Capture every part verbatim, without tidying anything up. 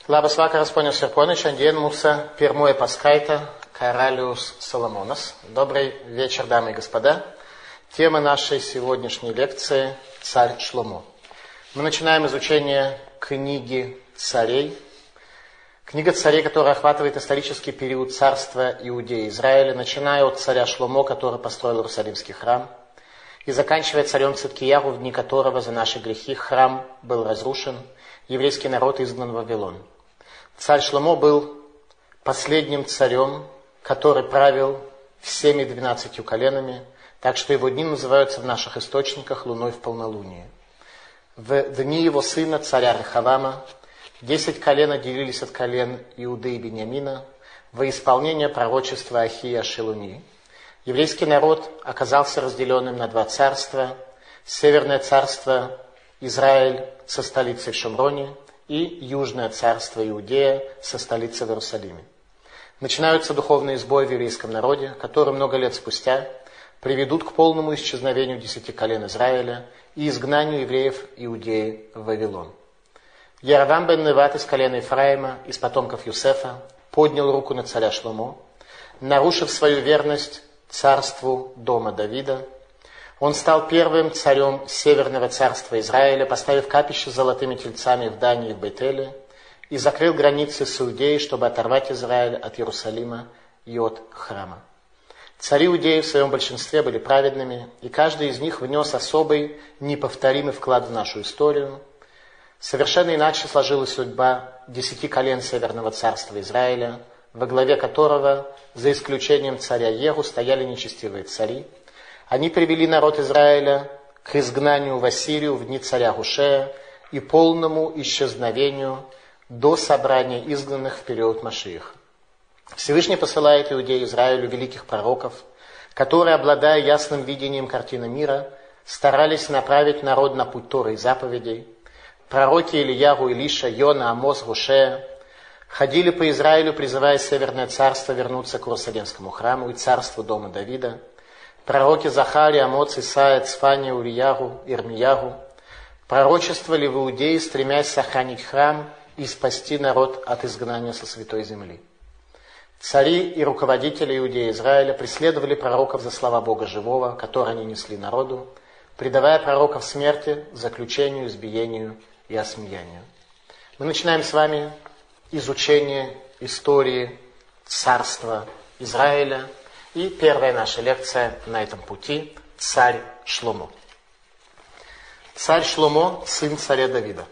Labas vakaras, ponios ir ponai. Šiandien mūsų pirmoji paskaita Karalius Соломонос. Добрый вечер, дамы и господа. Тема нашей сегодняшней лекции – Царь Шломо. Мы начинаем изучение книги царей. Книга царей, которая охватывает исторический период царства Иудеи и Израиля, начиная от царя Шломо, который построил Иерусалимский храм, и заканчивая царем Циткиягу, в дни которого за наши грехи храм был разрушен, еврейский народ изгнан в Вавилон. Царь Шломо был последним царем, который правил всеми двенадцатью коленами, так что его дни называются в наших источниках луной в полнолуние. В дни его сына, царя Рехавама, десять колен отделились от колен Иуды и Беньямина во исполнение пророчества Ахия Шилуни. Еврейский народ оказался разделенным на два царства. Северное царство Израиль со столицей в Шомроне и Южное царство Иудея со столицей в Иерусалиме. Начинаются духовные сбои в еврейском народе, которые много лет спустя приведут к полному исчезновению десяти колен Израиля и изгнанию евреев Иудеи в Вавилон. Яровам бен Неват из колена Ефраима, из потомков Юсефа, поднял руку на царя Шломо, нарушив свою верность царству дома Давида. Он стал первым царем Северного царства Израиля, поставив капище с золотыми тельцами в Дане и в Бейтеле, и закрыл границы с Иудеей, чтобы оторвать Израиль от Иерусалима и от храма. Цари Иудеи в своем большинстве были праведными, и каждый из них внес особый, неповторимый вклад в нашу историю. Совершенно иначе сложилась судьба десяти колен Северного царства Израиля, во главе которого, за исключением царя Егу, стояли нечестивые цари. Они привели народ Израиля к изгнанию в Ассирию в дни царя Гушея и полному исчезновению до собрания изгнанных в период Машиаха. Всевышний посылает Иудею Израилю великих пророков, которые, обладая ясным видением картины мира, старались направить народ на путь Торы и заповедей. Пророки Ильягу, Илиша, Йона, Амос, Гушея ходили по Израилю, призывая Северное царство вернуться к Иерусалимскому храму и царству дома Давида. Пророки Захария, Амоц, Исаия, Цфания, Урияху, Ирмиягу пророчествовали в Иудее, стремясь сохранить храм и спасти народ от изгнания со святой земли. Цари и руководители Иудеи и Израиля преследовали пророков за слова Бога живого, которые они несли народу, предавая пророков смерти, заключению, избиению и осмеянию. Мы начинаем с вами изучение истории царства Израиля. И первая наша лекция на этом пути – царь Шломо. Царь Шломо – сын царя Давида.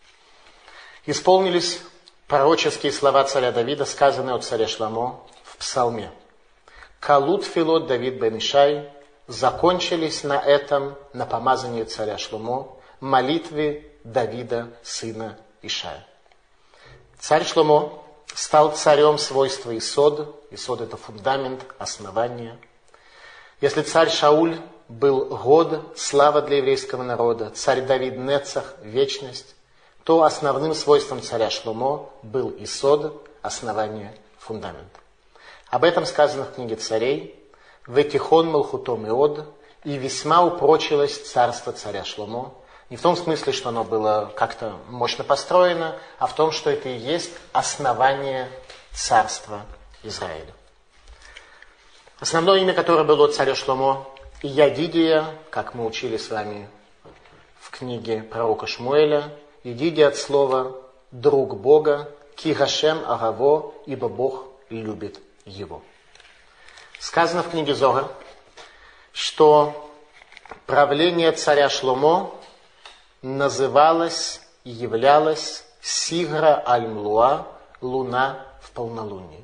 Исполнились пророческие слова царя Давида, сказанные от царя Шломо в псалме. «Калут филот Давид бен Ишай», закончились на этом, на помазании царя Шломо, молитвы Давида, сына Ишая. Царь Шломо стал царем свойства Исод. Исод – это фундамент, основание. Если царь Шауль был год, слава для еврейского народа, царь Давид – нецах, вечность, то основным свойством царя Шломо был Исод, основание, фундамент. Об этом сказано в книге царей. «Ветихон малхутом иод», и весьма упрочилось царство царя Шломо. Не в том смысле, что оно было как-то мощно построено, а в том, что это и есть основание царства Израиля. Основное имя, которое было у царя Шломо, Ядидия, как мы учили с вами в книге пророка Шмуэля. Ядидия от слова «друг Бога», «ки гашем агаво», ибо Бог любит его. Сказано в книге Зогар, что правление царя Шломо называлось и являлось Сигра аль-Млуа, луна в полнолунии.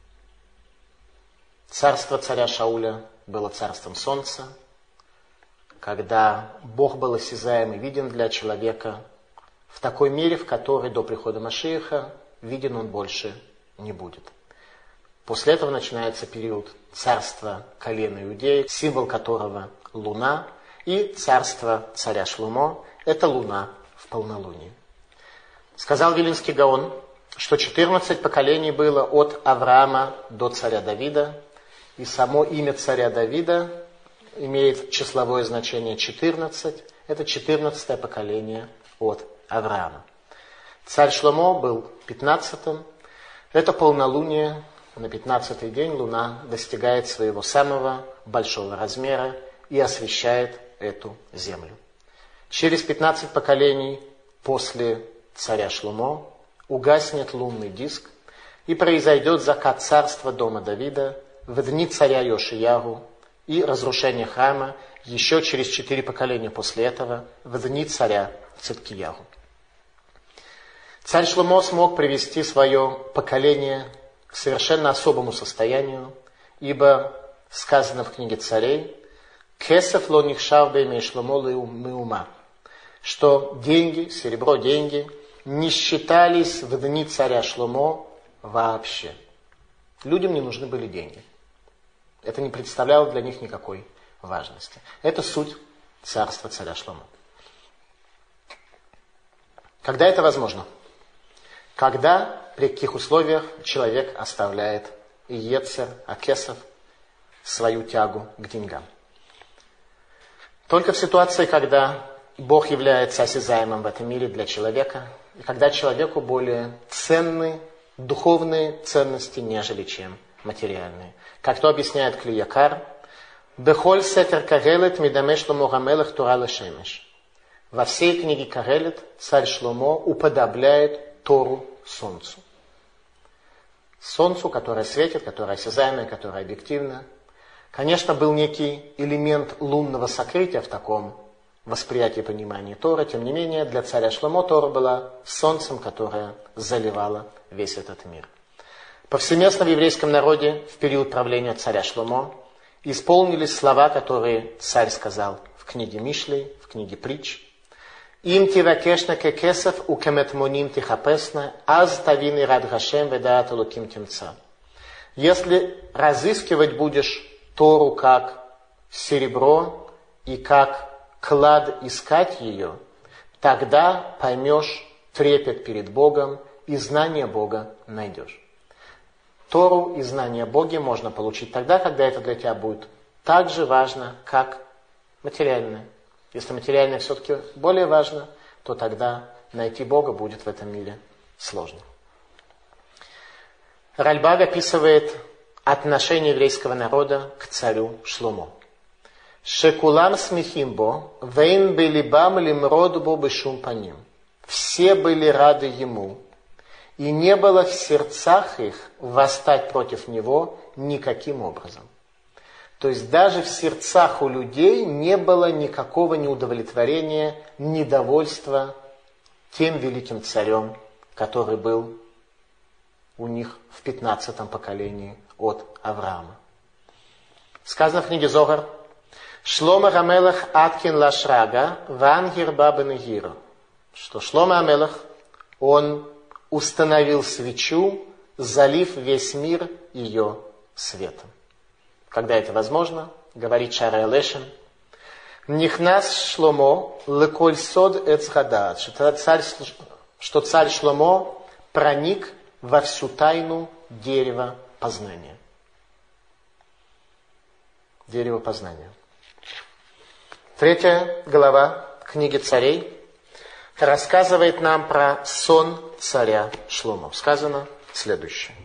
Царство царя Шауля было царством солнца, когда Бог был осязаем и виден для человека в такой мере, в которой до прихода Машиаха виден он больше не будет. После этого начинается период царства колена Иудеи, символ которого луна, и царство царя Шломо – это луна в полнолунии. Сказал Вилинский Гаон, что четырнадцать поколений было от Авраама до царя Давида, и само имя царя Давида имеет числовое значение четырнадцать, это четырнадцатое поколение от Авраама. Царь Шломо был пятнадцатым. Это полнолуние. На пятнадцатый день луна достигает своего самого большого размера и освещает эту землю. Через пятнадцать поколений после царя Шломо угаснет лунный диск, и произойдет закат царства дома Давида в дни царя Йошиягу и разрушение храма еще через четыре поколения после этого в дни царя Циткиягу. Царь Шломо смог привести свое поколение к совершенно особому состоянию, ибо сказано в книге царей «Кесеф ло нихшав беймей Шломо меума», что деньги, серебро, деньги не считались в дни царя Шломо вообще. Людям не нужны были деньги. Это не представляло для них никакой важности. Это суть царства царя Шломо. Когда это возможно? Когда, при каких условиях человек оставляет йецер, акесов, свою тягу к деньгам. Только в ситуации, когда Бог является осязаемым в этом мире для человека, и когда человеку более ценны духовные ценности, нежели чем материальные. Как то объясняет Кли Якар, «Бехоль сетер Кагелет мидаме Шломо гамелех Тора лешемеш». Во всей книге Кагелет царь Шломо уподобляет Тору солнцу. Солнцу, которое светит, которое осязаемое, которое объективно. Конечно, был некий элемент лунного сокрытия в таком восприятии и понимании Торы. Тем не менее, для царя Шломо Тора была солнцем, которое заливало весь этот мир. Повсеместно в еврейском народе в период правления царя Шломо исполнились слова, которые царь сказал в книге Мишлей, в книге Притч. «Им тивакешна кекесов у кеметмоним тихапесна, аз тавини рад гашем ведаат луким темца». Если разыскивать будешь Тору как серебро и как клад искать ее, тогда поймешь трепет перед Богом и знание Бога найдешь. Тору и знание о Боге можно получить тогда, когда это для тебя будет так же важно, как материальное. Если материальное все-таки более важно, то тогда найти Бога будет в этом мире сложно. Ральбаг описывает отношение еврейского народа к царю Шломо. «Шекулам смехимбо, вейн белибам лимродбо бешум паним». Все были рады ему, и не было в сердцах их восстать против него никаким образом. То есть даже в сердцах у людей не было никакого неудовлетворения, недовольства тем великим царем, который был у них в пятнадцатом поколении от Авраама. Сказано в книге Зогар: «Шломо гамелах аткин лашрага вангир бабен гиро», что Шломо Амелах, он установил свечу, залив весь мир ее светом. Когда это возможно, говорит Шарей Лешем, «Нихнас Шломо леколь сод эцхадат», что царь, что царь Шломо проник во всю тайну дерева познания. Дерево познания. Третья глава книги Царей рассказывает нам про сон царя Шломо. Сказано следующее.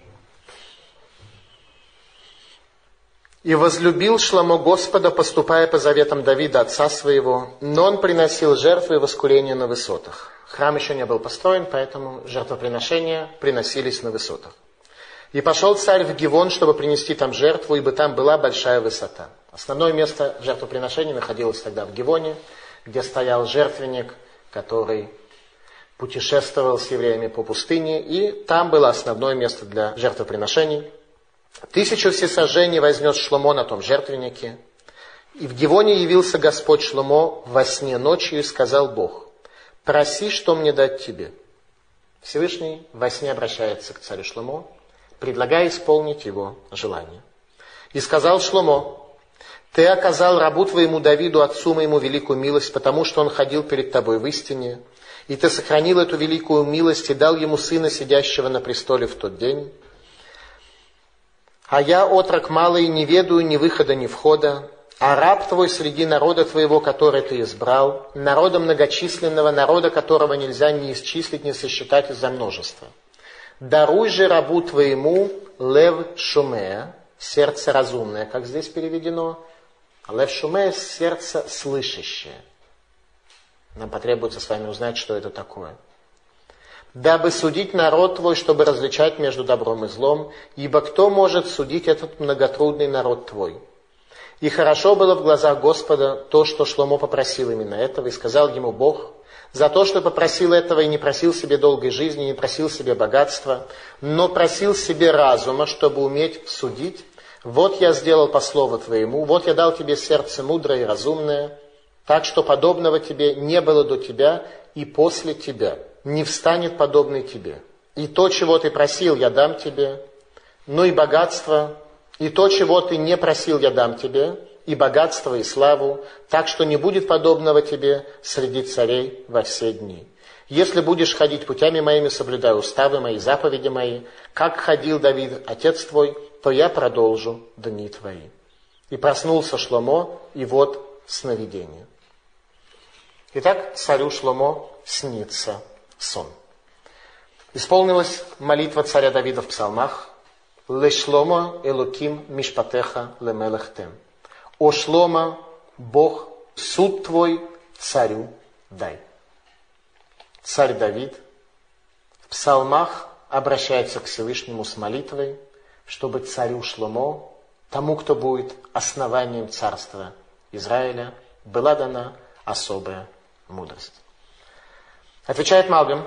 «И возлюбил Шломо Господа, поступая по заветам Давида, отца своего, но он приносил жертвы и воскурения на высотах». Храм еще не был построен, поэтому жертвоприношения приносились на высотах. «И пошел царь в Гивон, чтобы принести там жертву, ибо там была большая высота». Основное место жертвоприношений находилось тогда в Гивоне, где стоял жертвенник, который путешествовал с евреями по пустыне, и там было основное место для жертвоприношений. Тысячу всесожжений вознес Шломо на том жертвеннике, и в Гивоне явился Господь Шломо во сне ночью, и сказал Бог: «Проси, что мне дать тебе». Всевышний во сне обращается к царю Шломо, предлагая исполнить его желание. «И сказал Шломо: Ты оказал рабу твоему Давиду, отцу моему, великую милость, потому что он ходил перед тобой в истине, и ты сохранил эту великую милость и дал ему сына, сидящего на престоле в тот день. А я, отрок малый, не ведаю ни выхода, ни входа, а раб твой среди народа твоего, который ты избрал, народа многочисленного, народа, которого нельзя ни исчислить, ни сосчитать из-за множества. Даруй же рабу твоему лев шумея, сердце разумное, как здесь переведено, а лев шумея, сердце слышащее. Нам потребуется с вами узнать, что это такое. Дабы судить народ твой, чтобы различать между добром и злом, ибо кто может судить этот многотрудный народ твой? И хорошо было в глазах Господа то, что Шломо попросил именно этого, и сказал ему Бог, за то, что попросил этого и не просил себе долгой жизни, не просил себе богатства, но просил себе разума, чтобы уметь судить. Вот я сделал по слову твоему, вот я дал тебе сердце мудрое и разумное, так что подобного тебе не было до тебя и после тебя. Не встанет подобный тебе. И то, чего ты просил, я дам тебе, но и богатство, и то, чего ты не просил, я дам тебе, и богатство, и славу, так что не будет подобного тебе среди царей во все дни. Если будешь ходить путями моими, соблюдая уставы мои, заповеди мои, как ходил Давид, отец твой, то я продолжу дни твои. И проснулся Шломо, и вот сновидение. Итак, царю Шломо снится сон. Исполнилась молитва царя Давида в псалмах «Лешломо элоким мишпатеха лемелех тем». «О Шломо, Бог, суд твой царю дай». Царь Давид в псалмах обращается к Всевышнему с молитвой, чтобы царю Шломо, тому, кто будет основанием царства Израиля, была дана особая мудрость. Отвечает Малбим,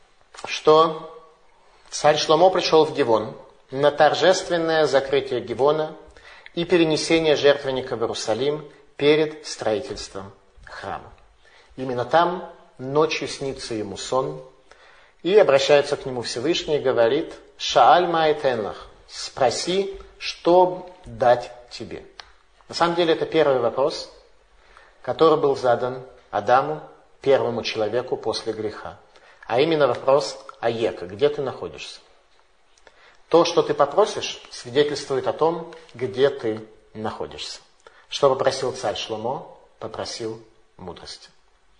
что царь Шломо пришел в Гивон на торжественное закрытие Гивона и перенесение жертвенника в Иерусалим перед строительством храма. Именно там ночью снится ему сон, и обращается к нему Всевышний и говорит: «Шааль маэтенлах», спроси, что дать тебе. На самом деле это первый вопрос, который был задан Адаму, первому человеку после греха. А именно вопрос «Аека», где ты находишься? То, что ты попросишь, свидетельствует о том, где ты находишься. Что попросил царь Шломо? Попросил мудрости.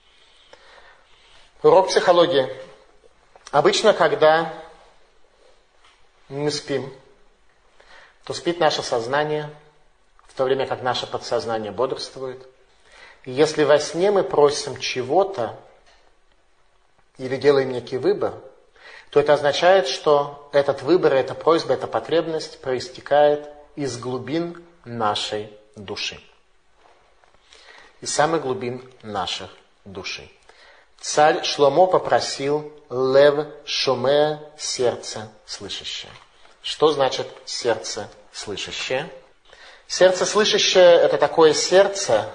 Урок психологии. Обычно, когда мы спим, то спит наше сознание, в то время как наше подсознание бодрствует. И если во сне мы просим чего-то или делаем некий выбор, то это означает, что этот выбор, эта просьба, эта потребность проистекает из глубин нашей души. Из самых глубин наших души. Царь Шломо попросил лев шумея, сердце слышащее. Что значит сердце слышащее? Сердце слышащее – это такое сердце,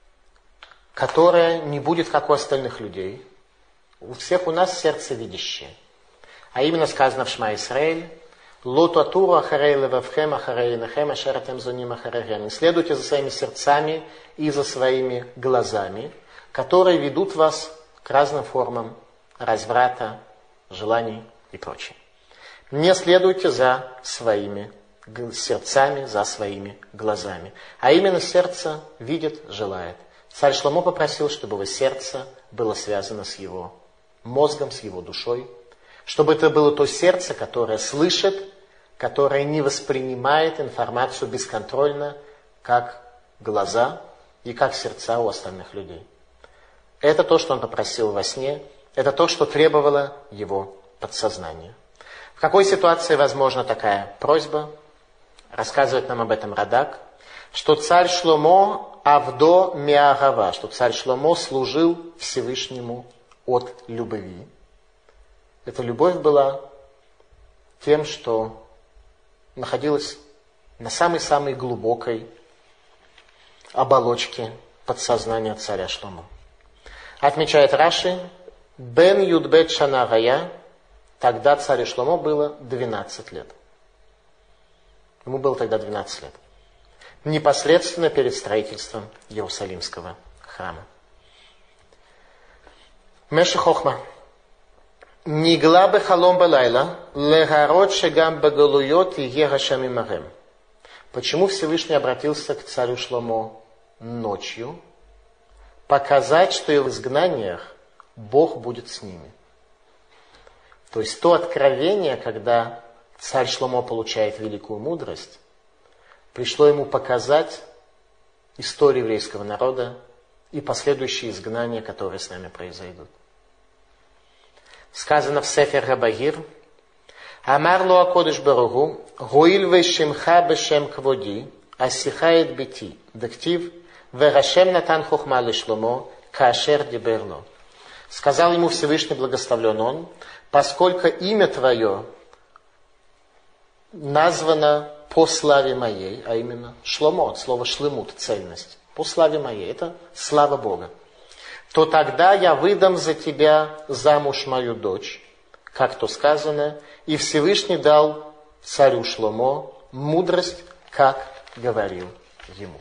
которое не будет как у остальных людей. У всех у нас сердце видящее. А именно сказано в Шма Исраэль: «Ло туатуру ахарей левавхем ахарей нехем ашер атем зоним ахарейхем». Не следуйте за своими сердцами и за своими глазами, которые ведут вас к разным формам разврата, желаний и прочее. Не следуйте за своими сердцами, за своими глазами. А именно сердце видит, желает. Царь Шломо попросил, чтобы его сердце было связано с его мозгом, с его душой, чтобы это было то сердце, которое слышит, которое не воспринимает информацию бесконтрольно, как глаза и как сердца у остальных людей. Это то, что он попросил во сне, это то, что требовало его подсознание. В какой ситуации возможна такая просьба? Рассказывает нам об этом Радак, что царь Шломо авдо миагава, что царь Шломо служил Всевышнему от любви. Эта любовь была тем, что находилась на самой-самой глубокой оболочке подсознания царя Шломо. Отмечает Раши, бен юдбет шана гая, тогда царю Шломо было двенадцать лет. Ему было тогда двенадцать лет. Непосредственно перед строительством Иерусалимского храма. Меша Хохма. Нигла бы халом балайла, легарот шегам багалуйот и егашам имарем. Почему Всевышний обратился к царю Шломо ночью показать, что и в изгнаниях Бог будет с ними. То есть то откровение, когда царь Шломо получает великую мудрость, пришло ему показать историю еврейского народа и последующие изгнания, которые с нами произойдут. Сказано в Сефер Габагир: Амар ло акодыш баругу, гуиль вешимха бешем кводи, асихает бити, дактив, верашем натан хохма лишломо, кашер диберло. Сказал ему Всевышний, благословлен он, поскольку имя твое названо по славе моей, а именно Шломо, от слова шлемут, цельность, по славе моей, это слава Бога, то тогда я выдам за тебя замуж мою дочь, как то сказано, и Всевышний дал царю Шломо мудрость, как говорил ему.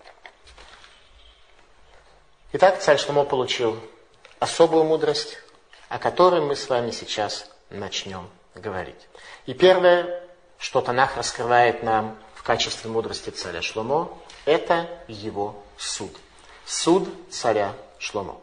Итак, царь Шломо получил особую мудрость, о которой мы с вами сейчас начнем говорить. И первое, что Танах раскрывает нам в качестве мудрости царя Шломо, это его суд. Суд царя Шломо.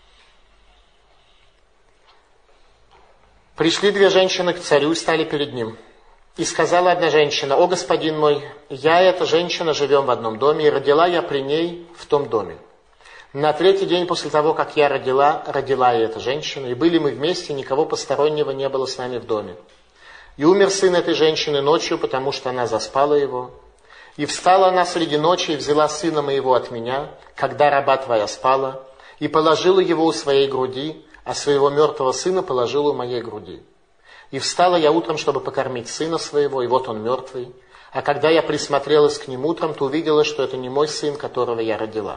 Пришли две женщины к царю и стали перед ним. И сказала одна женщина: «О, господин мой, я и эта женщина живем в одном доме, и родила я при ней в том доме. На третий день после того, как я родила, родила и эта женщина, и были мы вместе, никого постороннего не было с нами в доме. И умер сын этой женщины ночью, потому что она заспала его. И встала она среди ночи и взяла сына моего от меня, когда раба твоя спала, и положила его у своей груди, а своего мертвого сына положила у моей груди. И встала я утром, чтобы покормить сына своего, и вот он мертвый. А когда я присмотрелась к нему утром, то увидела, что это не мой сын, которого я родила.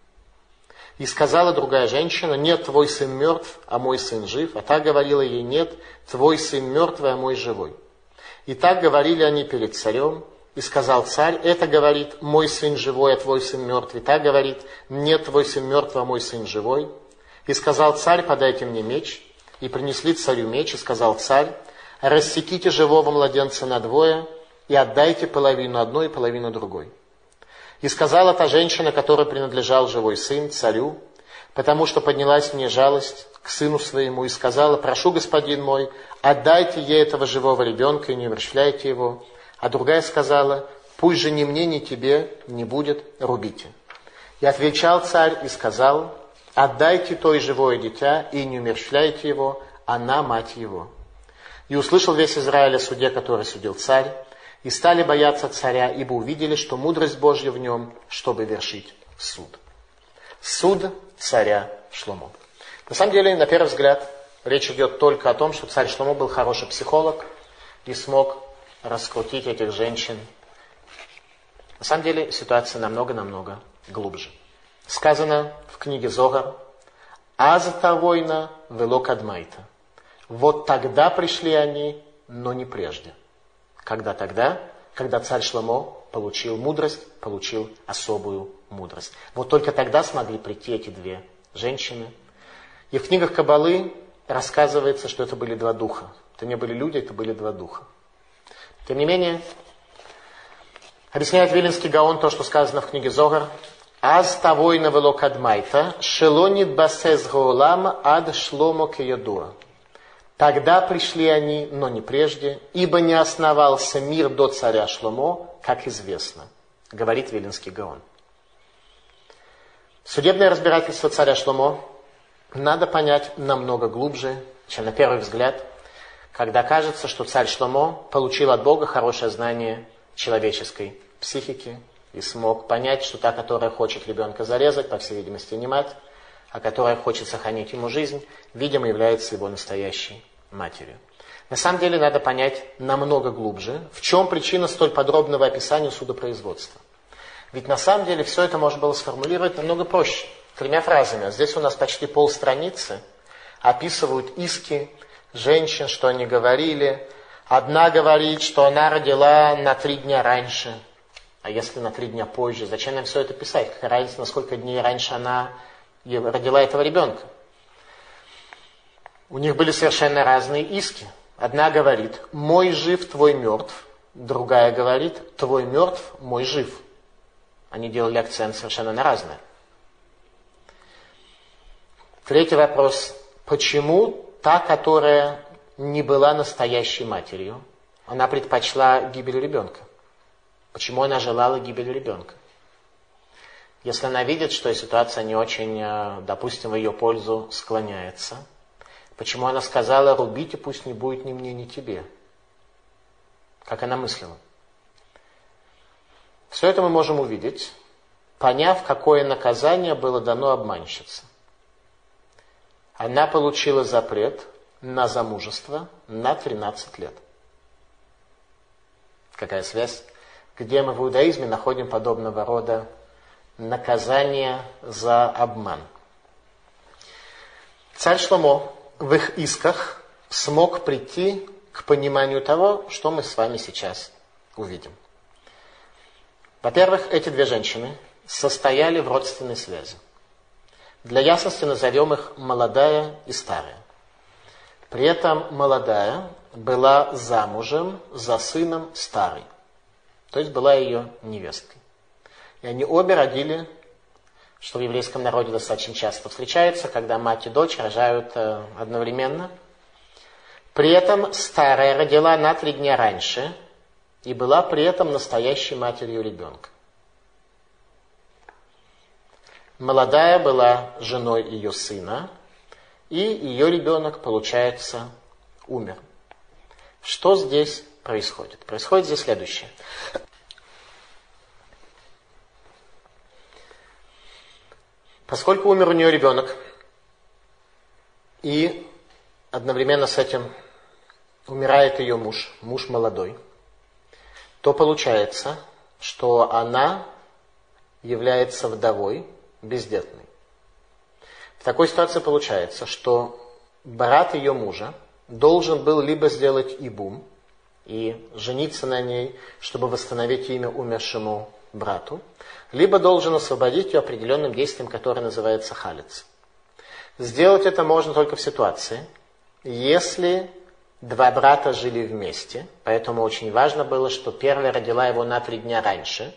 И сказала другая женщина: нет, твой сын мертв, а мой сын жив. А та говорила ей: нет, твой сын мертвый, а мой живой. И так говорили они перед царем. И сказал царь: это говорит, мой сын живой, а твой сын мертвый. И так говорит: нет, твой сын мертвый, а мой сын живой. И сказал царь: подайте мне меч. И принесли царю меч, и сказал царь: рассеките живого младенца надвое, и отдайте половину одной и половину другой. И сказала та женщина, которой принадлежал живой сын, царю, потому что поднялась мне жалость к сыну своему, и сказала: прошу, господин мой, отдайте ей этого живого ребенка и не умерщвляйте его. А другая сказала: пусть же ни мне, ни тебе не будет, рубите. И отвечал царь и сказал: отдайте то и живое дитя, и не умерщвляйте его, она мать его. И услышал весь Израиль о суде, который судил царь, и стали бояться царя, ибо увидели, что мудрость Божья в нем, чтобы вершить суд. Суд царя Шломо. На самом деле, на первый взгляд, речь идет только о том, что царь Шломо был хороший психолог и смог раскрутить этих женщин. На самом деле, ситуация намного-намного глубже. Сказано в книге Зогар: «Азата война вело кадмайта». Вот тогда пришли они, но не прежде. Когда тогда? Когда царь Шломо получил мудрость, получил особую мудрость. Вот только тогда смогли прийти эти две женщины. И в книгах Каббалы рассказывается, что это были два духа. Это не были люди, это были два духа. Тем не менее, объясняет Виленский Гаон то, что сказано в книге Зогар: «Аз тавойна вело кадмайта, шелонит басез гоолам ад шломо кеядуа». Тогда пришли они, но не прежде, ибо не основался мир до царя Шломо, как известно, говорит Виленский Гаон. Судебное разбирательство царя Шломо надо понять намного глубже, чем на первый взгляд, когда кажется, что царь Шломо получил от Бога хорошее знание человеческой психики и смог понять, что та, которая хочет ребенка зарезать, по всей видимости, не мать, а которая хочет сохранить ему жизнь, видимо, является его настоящей матерью. На самом деле надо понять намного глубже, в чем причина столь подробного описания судопроизводства. Ведь на самом деле все это можно было сформулировать намного проще, тремя фразами. Здесь у нас почти полстраницы описывают иски женщин, что они говорили. Одна говорит, что она родила на три дня раньше, а если на три дня позже, зачем нам все это писать? Какая разница, на сколько дней раньше она родила этого ребенка? У них были совершенно разные иски. Одна говорит: мой жив, твой мертв. Другая говорит: твой мертв, мой жив. Они делали акцент совершенно на разное. Третий вопрос. Почему та, которая не была настоящей матерью, она предпочла гибель ребенка? Почему она желала гибели ребенка? Если она видит, что ситуация не очень, допустим, в ее пользу склоняется, почему она сказала: рубите, пусть не будет ни мне, ни тебе? Как она мыслила? Все это мы можем увидеть, поняв, какое наказание было дано обманщице. Она получила запрет на замужество на тринадцать лет. Какая связь? Где мы в иудаизме находим подобного рода наказание за обман? Царь Шломо в их исках смог прийти к пониманию того, что мы с вами сейчас увидим. Во-первых, эти две женщины состояли в родственной связи. Для ясности назовем их молодая и старая. При этом молодая была замужем за сыном старой, то есть была ее невесткой. И они обе родили, что в еврейском народе достаточно часто встречается, когда мать и дочь рожают одновременно. При этом старая родила на три дня раньше и была при этом настоящей матерью ребенка. Молодая была женой ее сына, и ее ребенок, получается, умер. Что здесь происходит? Происходит здесь следующее. Поскольку умер у нее ребенок, и одновременно с этим умирает ее муж, муж молодой, то получается, что она является вдовой, бездетной. В такой ситуации получается, что брат ее мужа должен был либо сделать ибум и жениться на ней, чтобы восстановить имя умершему брату, либо должен освободить ее определенным действием, которое называется халец. Сделать это можно только в ситуации, если два брата жили вместе, поэтому очень важно было, что первая родила его на три дня раньше,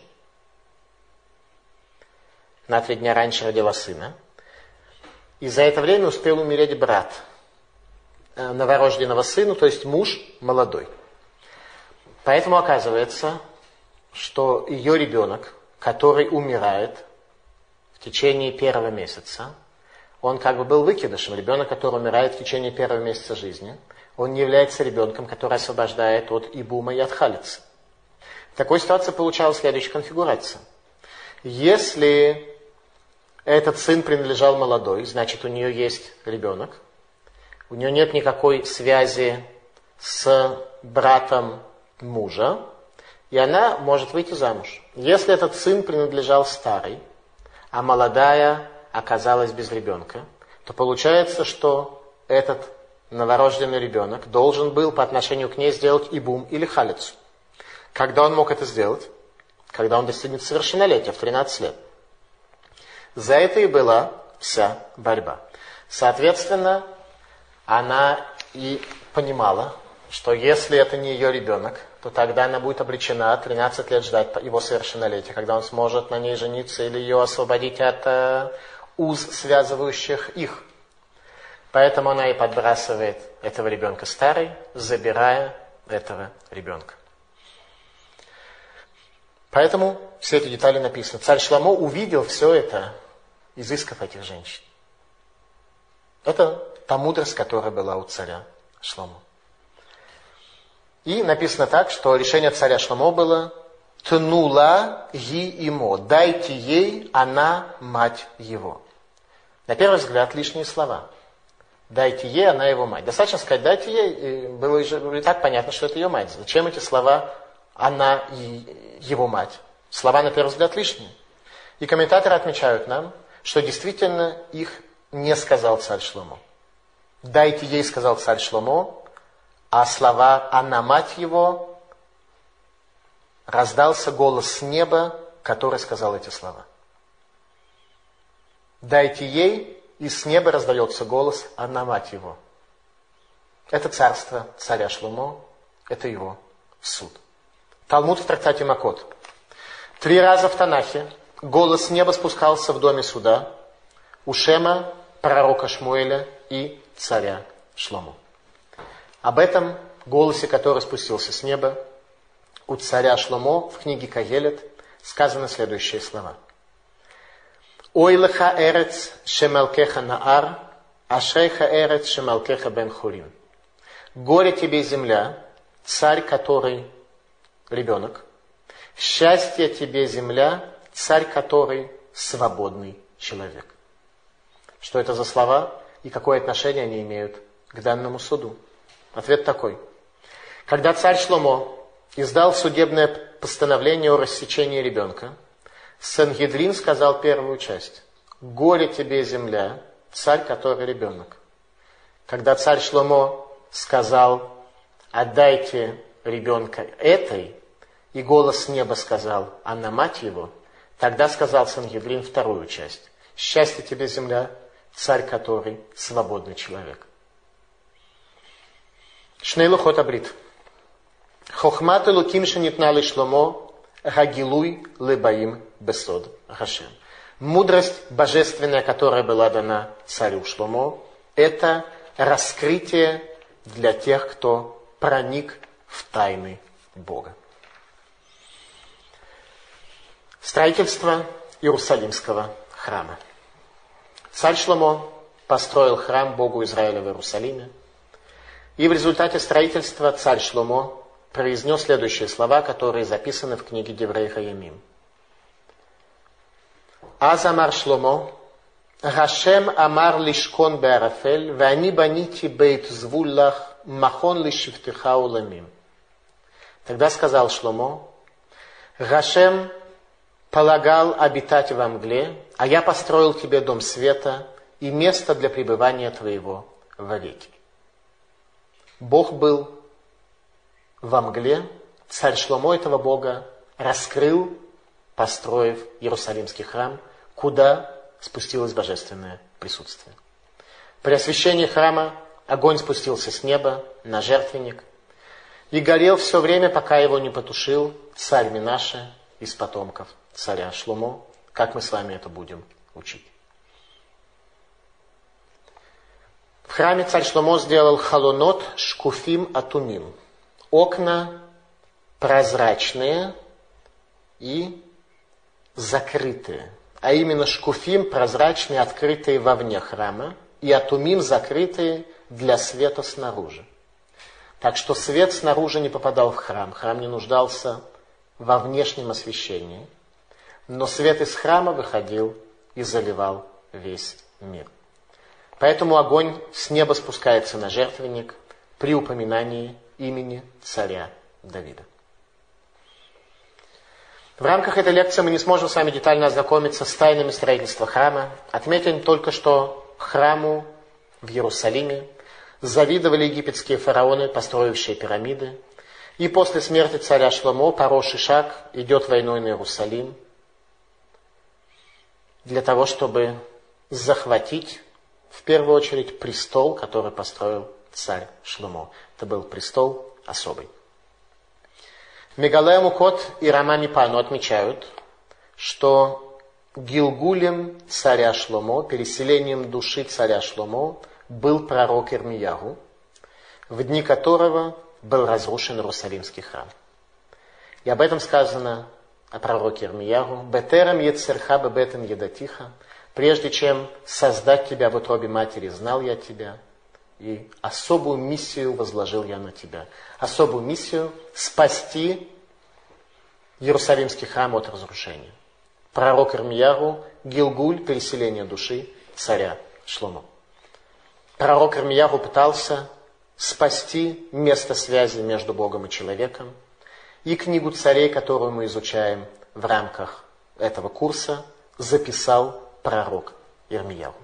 на три дня раньше родила сына, и за это время успел умереть брат новорожденного сына, то есть муж молодой. Поэтому оказывается, что ее ребенок, который умирает в течение первого месяца, он как бы был выкидышем. Ребенок, который умирает в течение первого месяца жизни, он не является ребенком, который освобождает от ибума и от халицы. В такой ситуации получалась следующая конфигурация. Если этот сын принадлежал молодой, значит, у нее есть ребенок, у нее нет никакой связи с братом мужа, и она может выйти замуж. Если этот сын принадлежал старой, а молодая оказалась без ребенка, то получается, что этот новорожденный ребенок должен был по отношению к ней сделать ибум или халицу. Когда он мог это сделать? Когда он достигнет совершеннолетия, в тринадцать лет. За это и была вся борьба. Соответственно, она и понимала, что если это не ее ребенок, то тогда она будет обречена тринадцать лет ждать его совершеннолетия, когда он сможет на ней жениться или ее освободить от э, уз, связывающих их. Поэтому она и подбрасывает этого ребенка старой, забирая этого ребенка. Поэтому все эти детали написаны. Царь Шломо увидел все это, изыскав этих женщин. Это та мудрость, которая была у царя Шломо. И написано так, что решение царя Шломо было «Тнула ги имо», «дайте ей, она мать его». На первый взгляд лишние слова. «Дайте ей, она его мать». Достаточно сказать «дайте ей», было и так понятно, что это ее мать. Зачем эти слова «она и его мать»? Слова на первый взгляд лишние. И комментаторы отмечают нам, что действительно их не сказал царь Шломо. «Дайте ей», сказал царь Шломо, а слова «она мать его» раздался голос с неба, который сказал эти слова. «Дайте ей», и с неба раздается голос «она мать его». Это царство царя Шломо, это его суд. Талмуд в трактате Макот. Три раза в Танахе голос неба спускался в доме суда у Шема, пророка Шмуэля и царя Шломо. Об этом голосе, который спустился с неба у царя Шломо в книге Каелет сказаны следующие слова. «Ой леха эрец шемалкеха наар, ашрейха эрец шемалкеха бен хурин». «Горе тебе, земля, царь, который ребенок. Счастье тебе, земля, царь, который свободный человек». Что это за слова и какое отношение они имеют к данному суду? Ответ такой. Когда царь Шломо издал судебное постановление о рассечении ребенка, Сангедрин сказал первую часть. «Горе тебе, земля, царь, который ребенок». Когда царь Шломо сказал: «Отдайте ребенка этой», и голос неба сказал: «А на мать его», тогда сказал Сангедрин вторую часть. «Счастье тебе, земля, царь, который свободный человек». Шней лухот абрит. Хохмат элоким шенитна ле Шломо, гагилуй лебаим бесод Хашем. Мудрость божественная, которая была дана царю Шломо, это раскрытие для тех, кто проник в тайны Бога. Строительство Иерусалимского храма. Царь Шломо построил храм Богу Израиля в Иерусалиме, и в результате строительства царь Шломо произнес следующие слова, которые записаны в книге Деврей Хаямим. «Аз амар Шломо, Гашем амар лишкон беарафель, вани банити бейт звуллах, махон лишифтиха уламим». Тогда сказал Шломо: «Гашем полагал обитать во мгле, а я построил тебе дом света и место для пребывания твоего вовеки». Бог был во мгле, царь Шломо этого Бога раскрыл, построив Иерусалимский храм, куда спустилось божественное присутствие. При освящении храма огонь спустился с неба на жертвенник и горел все время, пока его не потушил царь Менаше из потомков царя Шломо, как мы с вами это будем учить. В храме царь Шломо сделал халонот шкуфим атумим. Окна прозрачные и закрытые. А именно шкуфим прозрачные, открытые вовне храма, и атумим закрытые для света снаружи. Так что свет снаружи не попадал в храм. Храм не нуждался во внешнем освещении. Но свет из храма выходил и заливал весь мир. Поэтому огонь с неба спускается на жертвенник при упоминании имени царя Давида. В рамках этой лекции мы не сможем с вами детально ознакомиться с тайнами строительства храма. Отметим только, что храму в Иерусалиме завидовали египетские фараоны, построившие пирамиды. И после смерти царя Шломо Паро Шишак идет войной на Иерусалим для того, чтобы захватить в первую очередь престол, который построил царь Шломо. Это был престол особый. Мегалея Мукот и Рамани Пану отмечают, что Гилгулем царя Шломо, переселением души царя Шломо, был пророк Ирмиягу, в дни которого был разрушен Иерусалимский храм. И об этом сказано о пророке Ирмиягу: «Бетерам ецерха бебетен едатиха», прежде чем создать тебя в утробе матери, знал я тебя, и особую миссию возложил я на тебя. Особую миссию спасти Иерусалимский храм от разрушения. Пророк Ирмиягу, Гилгуль, переселение души царя Шломо. Пророк Ирмиягу пытался спасти место связи между Богом и человеком. И книгу царей, которую мы изучаем в рамках этого курса, записал пророк Ирмиягу.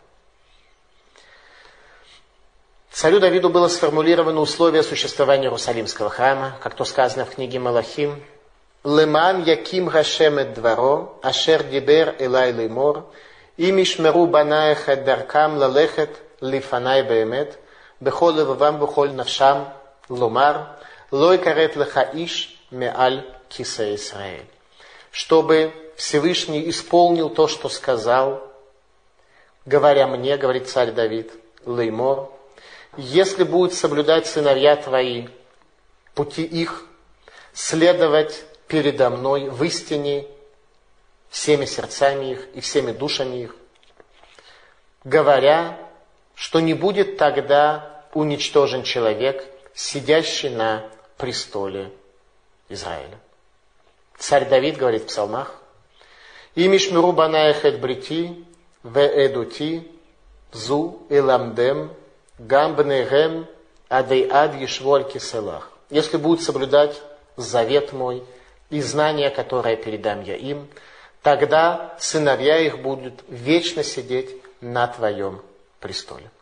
Царю Давиду было сформулировано условие существования Иерусалимского храма, как то сказано в книге Малахим: «Леман яким Гашем эт дворо, ашер дибер элай леймор, им ишмеру банаеха даркам лалехет лифанай беэмет, бехол левавам бехол навшам ломар, лой карет леха иш меаль киса Исраэль». Чтобы Всевышний исполнил то, что сказал, говоря мне, говорит царь Давид, леймор, если будут соблюдать сыновья твои пути их, следовать передо мной в истине всеми сердцами их и всеми душами их, говоря, что не будет тогда уничтожен человек, сидящий на престоле Израиля. Царь Давид говорит в псалмах, «Имишмиру банаях эт брити, ве эдути, зу эламдем, гамбнегем, адей ад ешволь киселах». Если будут соблюдать завет мой и знания, которые передам я им, тогда сыновья их будут вечно сидеть на твоем престоле.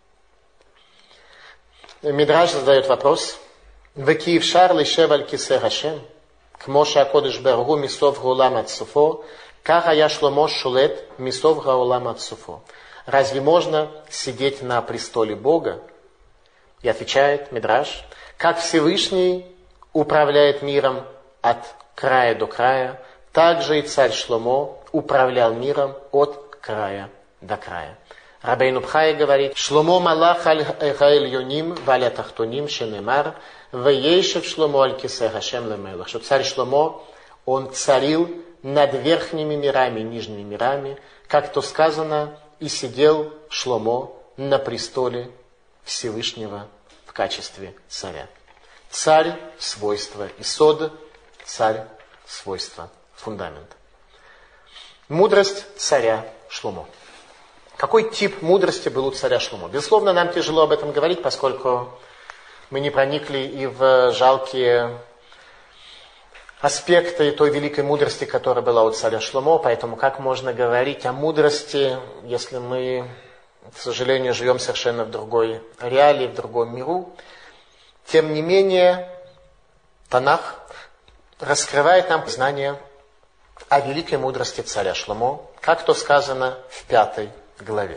Мидраш задает вопрос. Векиевшар лишев аль кисе Хашем, кмоша акодыш бергу мисов гаулам ад суфо, каха я Шломо шулет мисов гаулам ад суфо. Разве можно сидеть на престоле Бога? И отвечает Мидраш, как Всевышний управляет миром от края до края, так же и царь Шломо управлял миром от края до края. Рабейну Бхай говорит, Шломо малах аль гаэльоним валя тахтоним шенемар, веешев Шломо аль кисе Хашем лемелах. Что царь Шломо, он царил над верхними мирами, нижними мирами, как то сказано, и сидел Шломо на престоле Всевышнего в качестве царя. Царь – свойство исод, царь – свойство фундамент. Мудрость царя Шломо. Какой тип мудрости был у царя Шломо? Безусловно, нам тяжело об этом говорить, поскольку мы не проникли и в жалкие аспекты той великой мудрости, которая была у царя Шломо. Поэтому как можно говорить о мудрости, если мы, к сожалению, живем совершенно в другой реалии, в другом миру? Тем не менее, Танах раскрывает нам знание о великой мудрости царя Шломо, как то сказано в пятой главе.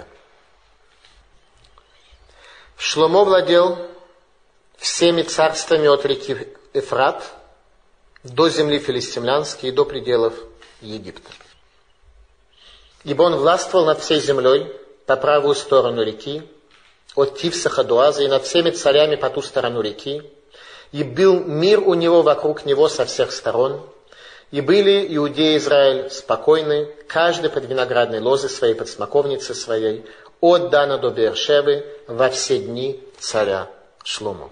Шломо владел всеми царствами от реки Эфрат до земли филистимлянской и до пределов Египта. Ибо он властвовал над всей землей по правую сторону реки, от Тивсаха до Аза, и над всеми царями по ту сторону реки, и был мир у него вокруг него со всех сторон, и были иудеи и Израиль спокойны, каждый под виноградной лозы своей, под смоковницей своей, от Дана до Бершевы во все дни царя Шломо.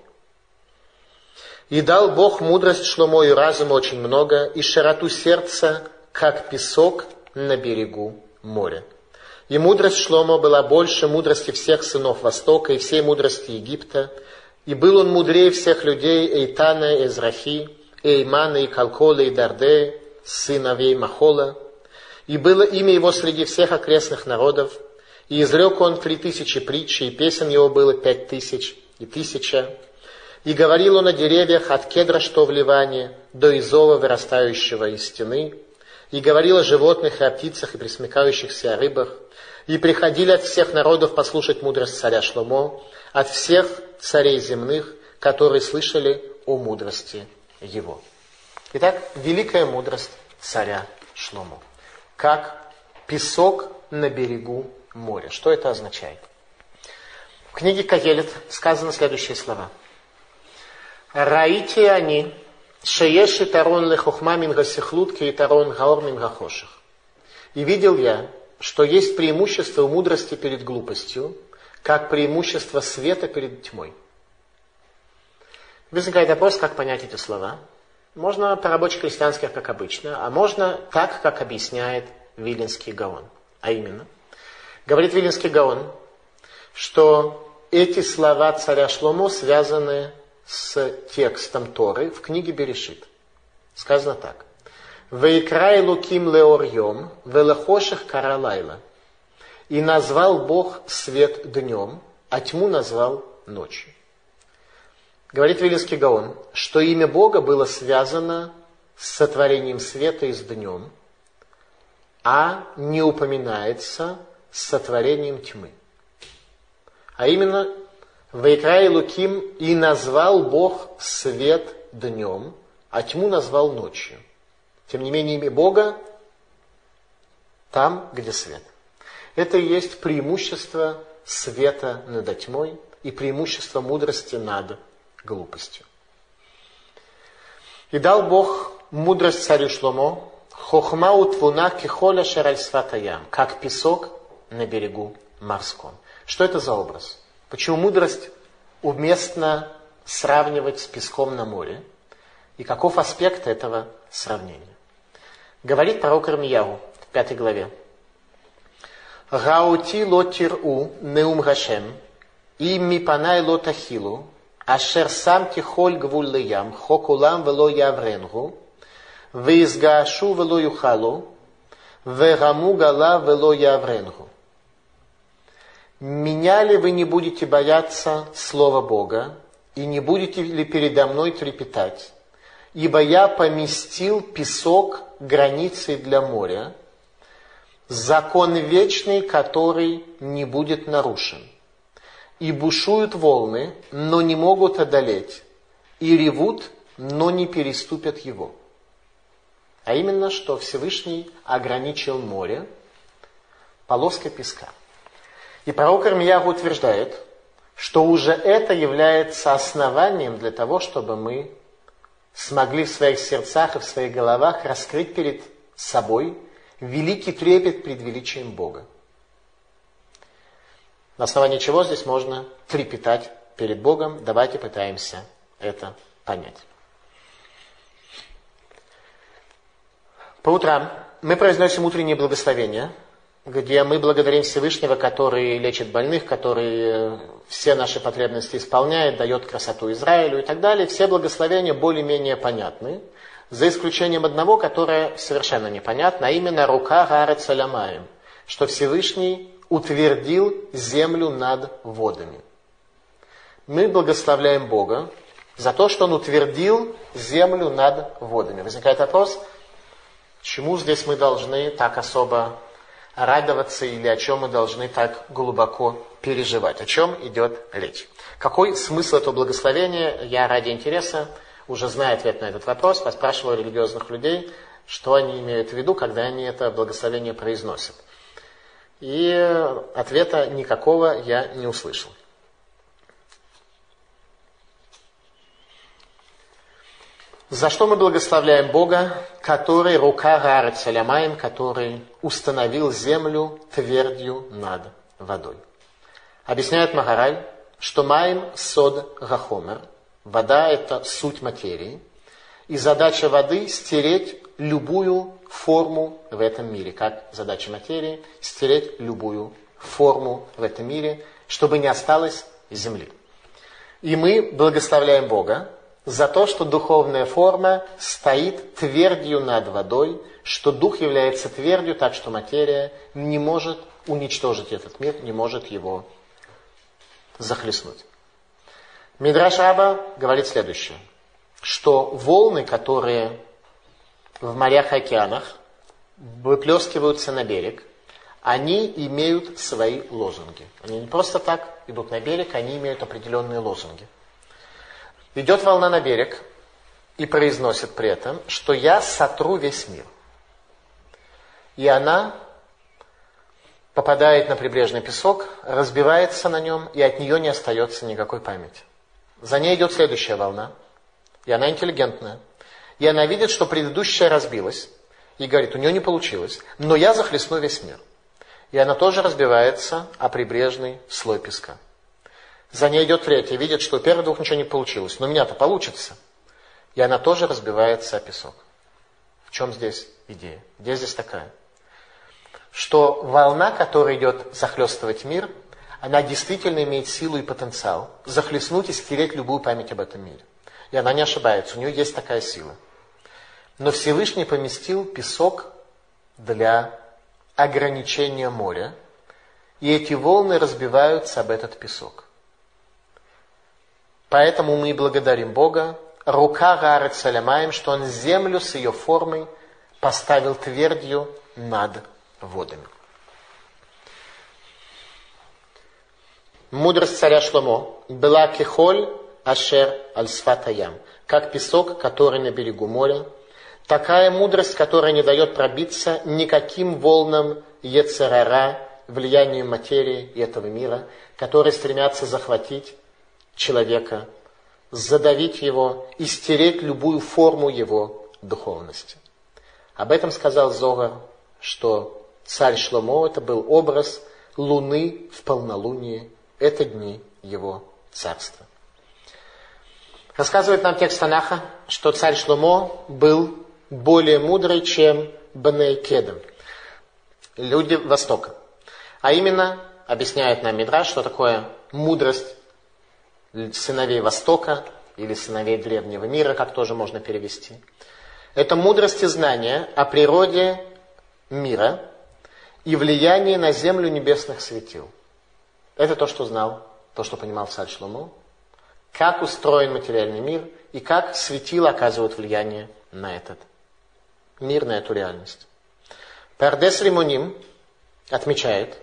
И дал Бог мудрость Шломо и разума очень много, и широту сердца, как песок на берегу моря. И мудрость Шломо была больше мудрости всех сынов Востока и всей мудрости Египта. И был он мудрее всех людей Эйтана, Эзрахи, Эймана и Калкола и Дарде, сыновей Махола. И было имя его среди всех окрестных народов. И изрек он три тысячи притч, и песен его было пять тысяч и тысяча. И говорил он о деревьях от кедра, что в Ливане, до изова, вырастающего из стены. И говорил о животных и о птицах, и пресмыкающихся о рыбах. И приходили от всех народов послушать мудрость царя Шломо, от всех царей земных, которые слышали о мудрости его. Итак, великая мудрость царя Шломо. Как песок на берегу моря. Что это означает? В книге Кагелет сказаны следующие слова. «Раите они, шееши тарон лехохма мин гасихлут ки тарон гаор мин гахоших». И видел я, что есть преимущество у мудрости перед глупостью, как преимущество света перед тьмой. Возникает вопрос, как понять эти слова. Можно по-рабоче-крестьянски, как обычно, а можно так, как объясняет Виленский Гаон. А именно, говорит Виленский Гаон, что эти слова царя Шломо связаны с текстом Торы в книге Берешит. Сказано так. «Вейкрай луким леор йом, велахоших кара лайла». И назвал Бог свет днем, а тьму назвал ночью. Говорит Виленский Гаон, что имя Бога было связано с сотворением света и с днем, а не упоминается с сотворением тьмы. А именно, «Вейкрай луким» и назвал Бог свет днем, а тьму назвал ночью. Тем не менее, имя Бога там, где свет. Это и есть преимущество света над тьмой и преимущество мудрости над глупостью. И дал Бог мудрость царю Шломо, хохма утвуна кихоля шераль сватаям, как песок на берегу морском. Что это за образ? Почему мудрость уместно сравнивать с песком на море? И каков аспект этого сравнения? Говорит пророк Ирмияу в пятой главе. Гаути ло тиру неум гашем, и мипанай ло тахилу, ашер сам тихоль гвуль леям, хокулам вело явренгу, визгашу вело юхалу, вегаму гала вело явренгу. Меня ли вы не будете бояться слова Бога, и не будете ли передо мной трепетать? Ибо я поместил песок границей для моря, закон вечный, который не будет нарушен. И бушуют волны, но не могут одолеть, и ревут, но не переступят его. А именно, что Всевышний ограничил море полоской песка. И пророк Ирмияу утверждает, что уже это является основанием для того, чтобы мы смогли в своих сердцах и в своих головах раскрыть перед собой великий трепет пред величием Бога. На основании чего здесь можно трепетать перед Богом? Давайте пытаемся это понять. По утрам мы произносим утреннее благословение, где мы благодарим Всевышнего, который лечит больных, который все наши потребности исполняет, дает красоту Израилю и так далее. Все благословения более-менее понятны, за исключением одного, которое совершенно непонятно, а именно рука Гаарец аль-Амаим, что Всевышний утвердил землю над водами. Мы благословляем Бога за то, что Он утвердил землю над водами. Возникает вопрос, чему здесь мы должны так особо радоваться или о чем мы должны так глубоко переживать, о чем идет речь. Какой смысл этого благословения? Я ради интереса, уже зная ответ на этот вопрос, поспрашиваю религиозных людей, что они имеют в виду, когда они это благословение произносят. И ответа никакого я не услышал. За что мы благословляем Бога, который рука Гаарец аль-Амаим, который установил землю твердью над водой. Объясняет Магараль, что Маим сод гахомер, вода это суть материи, и задача воды стереть любую форму в этом мире. Как задача материи стереть любую форму в этом мире, чтобы не осталось земли. И мы благословляем Бога за то, что духовная форма стоит твердью над водой, что дух является твердью, так что материя не может уничтожить этот мир, не может его захлестнуть. Мидраш Раба говорит следующее, что волны, которые в морях и океанах выплескиваются на берег, они имеют свои лозунги. Они не просто так идут на берег, они имеют определенные лозунги. Идет волна на берег и произносит при этом, что я сотру весь мир. И она попадает на прибрежный песок, разбивается на нем, и от нее не остается никакой памяти. За ней идет следующая волна, и она интеллигентная. И она видит, что предыдущая разбилась, и говорит, у нее не получилось, но я захлестну весь мир. И она тоже разбивается о прибрежный слой песка. За ней идет третья, видит, что у первых двух ничего не получилось, но у меня-то получится. И она тоже разбивается о песок. В чем здесь идея? Идея здесь такая, что волна, которая идет захлестывать мир, она действительно имеет силу и потенциал захлестнуть и стереть любую память об этом мире. И она не ошибается, у нее есть такая сила. Но Всевышний поместил песок для ограничения моря, и эти волны разбиваются об этот песок. Поэтому мы и благодарим Бога, рука Гаарец аль-Амаим, что Он землю с ее формой поставил твердью над водами. Мудрость царя Шломо была кихоль ашер аль-сфат аям, как песок, который на берегу моря, Такая мудрость, которая не дает пробиться никаким волнам йецер ара, влиянию материи и этого мира, которые стремятся захватить человека, задавить его и стереть любую форму его духовности. Об этом сказал Зогар, что царь Шломо это был образ луны в полнолуние, это дни его царства. Рассказывает нам текст Танаха, что царь Шломо был более мудрый, чем Бней Кедем, люди Востока. А именно, объясняет нам Мидраш, что такое мудрость сыновей Востока или сыновей древнего мира, как тоже можно перевести. Это мудрость и знание о природе мира и влияние на землю небесных светил. Это то, что знал, то, что понимал царь Шломо, как устроен материальный мир и как светила оказывают влияние на этот мир, на эту реальность. Пардес Римоним отмечает,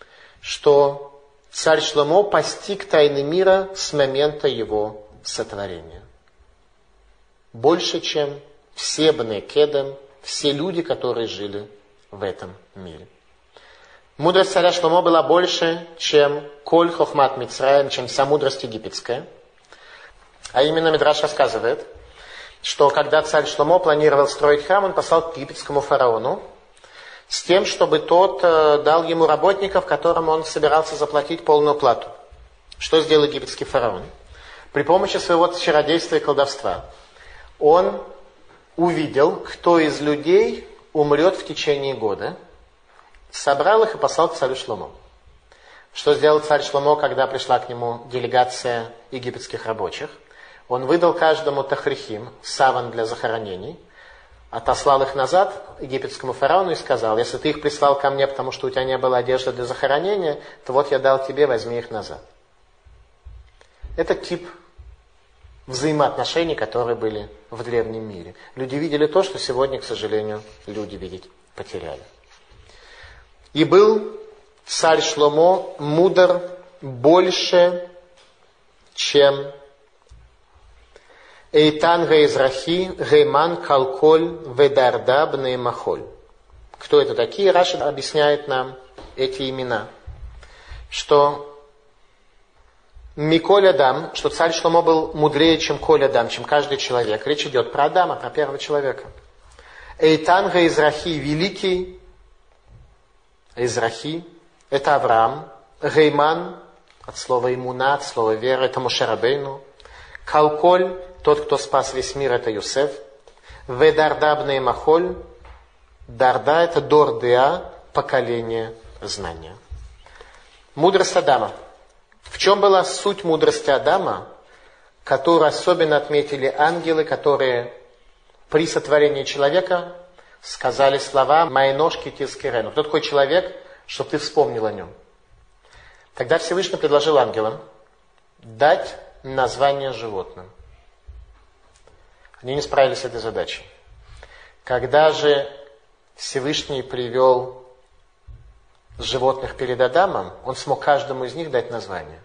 что царь Шломо постиг тайны мира с момента его сотворения. Больше, чем все Бней Кедем, все люди, которые жили в этом мире. Мудрость царя Шломо была больше, чем Коль Хохмат Мицраим, чем вся мудрость египетская. А именно Мидраш рассказывает, что когда царь Шломо планировал строить храм, он послал к египетскому фараону с тем, чтобы тот дал ему работников, которым он собирался заплатить полную плату. Что сделал египетский фараон? При помощи своего чародейства и колдовства он увидел, кто из людей умрет в течение года, собрал их и послал к царю Шломо. Что сделал царь Шломо, когда пришла к нему делегация египетских рабочих? Он выдал каждому тахрихим, саван для захоронений, отослал их назад египетскому фараону и сказал: если ты их прислал ко мне, потому что у тебя не было одежды для захоронения, то вот я дал тебе, возьми их назад. Это тип взаимоотношений, которые были в древнем мире. Люди видели то, что сегодня, к сожалению, люди видеть потеряли. И был царь Шломо мудр больше, чем Эйтан Гейзрахи, Гейман Калколь, Ведарда Бней Махоль. Кто это такие? Раши объясняет нам эти имена. Что Миколь Адам, что царь Шломо был мудрее, чем Коль Адам, чем каждый человек. Речь идет про Адама, про первого человека. Эйтан Гейзрахи, великий Эзрахи, это Авраам. Гейман, от слова имуна, от слова вера, это Моше Рабейну. Калколь, тот, кто спас весь мир, это Юсеф. Ведарда Бней Махоль, Дарда, это Дордеа, поколение знания. Мудрость Адама. В чем была суть мудрости Адама, которую особенно отметили ангелы, которые при сотворении человека сказали слова «Мои ножки тискирену». Кто такой человек, чтобы ты вспомнил о нем? Тогда Всевышний предложил ангелам дать название животным. Они не справились с этой задачей. Когда же Всевышний привел животных перед Адамом, он смог каждому из них дать название.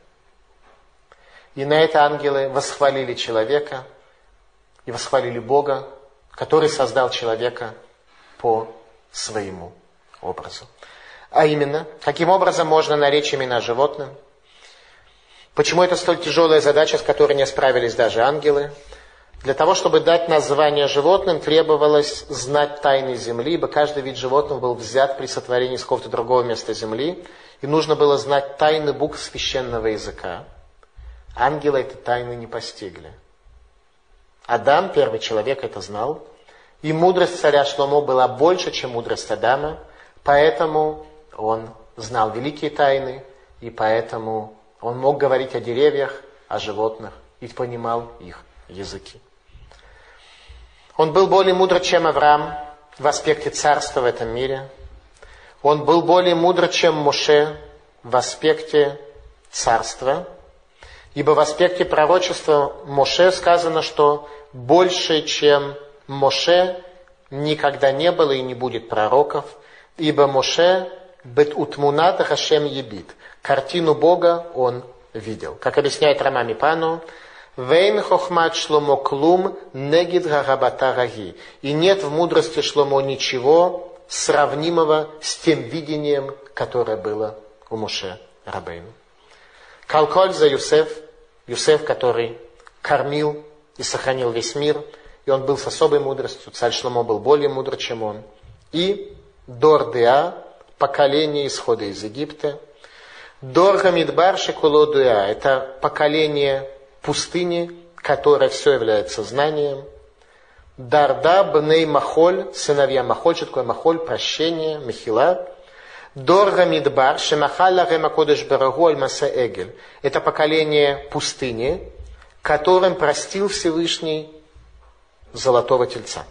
И на это ангелы восхвалили человека и восхвалили Бога, который создал человека по своему образу. А именно, каким образом можно наречь имена животным? Почему это столь тяжелая задача, с которой не справились даже ангелы? Для того, чтобы дать название животным, требовалось знать тайны земли, ибо каждый вид животного был взят при сотворении с какого-то другого места земли, и нужно было знать тайны букв священного языка. Ангелы эти тайны не постигли. Адам, первый человек, это знал, и мудрость царя Шломо была больше, чем мудрость Адама, поэтому он знал великие тайны, и поэтому он мог говорить о деревьях, о животных, и понимал их языки. Он был более мудр, чем Авраам в аспекте царства в этом мире. Он был более мудр, чем Моше в аспекте царства. Ибо в аспекте пророчества Моше сказано, что больше, чем Моше, никогда не было и не будет пророков. Ибо Моше бет утмуната хашем ебит. Картину Бога он видел. Как объясняет Рама Мипану, Вейн хохмат Шломо клум негид гарабата раги. И нет в мудрости Шломо ничего сравнимого с тем видением, которое было у Моше Рабейну. Калколь за Юсеф, Юсеф, который кормил и сохранил весь мир, и он был с особой мудростью, царь Шломо был более мудр, чем он. И Дор Деа, поколение исхода из Египта. Дор Хамидбар Шекуло Дуа, это поколение пустыни, которое все является знанием. Дарда Бней Махоль, сыновья Махоль, что такое Махоль, прощение, Мехила. Дор Хамидбар Шемахалла Ремакодеш Барагу Альмаса Эгель, это поколение пустыни, которым простил Всевышний золотого тельца.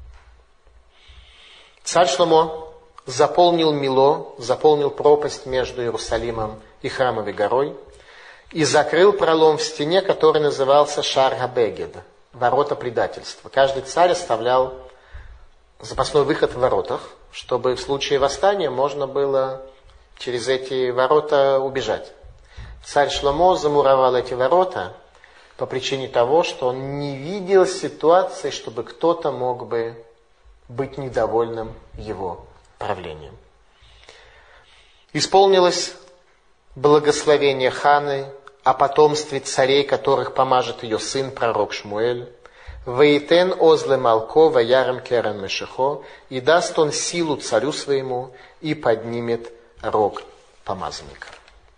Царь Шломо заполнил Мило, заполнил пропасть между Иерусалимом и Храмовой горой и закрыл пролом в стене, который назывался Шар Габегед, ворота предательства. Каждый царь оставлял запасной выход в воротах, чтобы в случае восстания можно было через эти ворота убежать. Царь Шломо замуровал эти ворота по причине того, что он не видел ситуации, чтобы кто-то мог бы быть недовольным его правлением. Исполнилось благословение Ханы о потомстве царей, которых помажет ее сын, пророк Шмуэль. «Ваитен озле малко ваярем керен мешехо», и даст он силу царю своему и поднимет рог помазанника.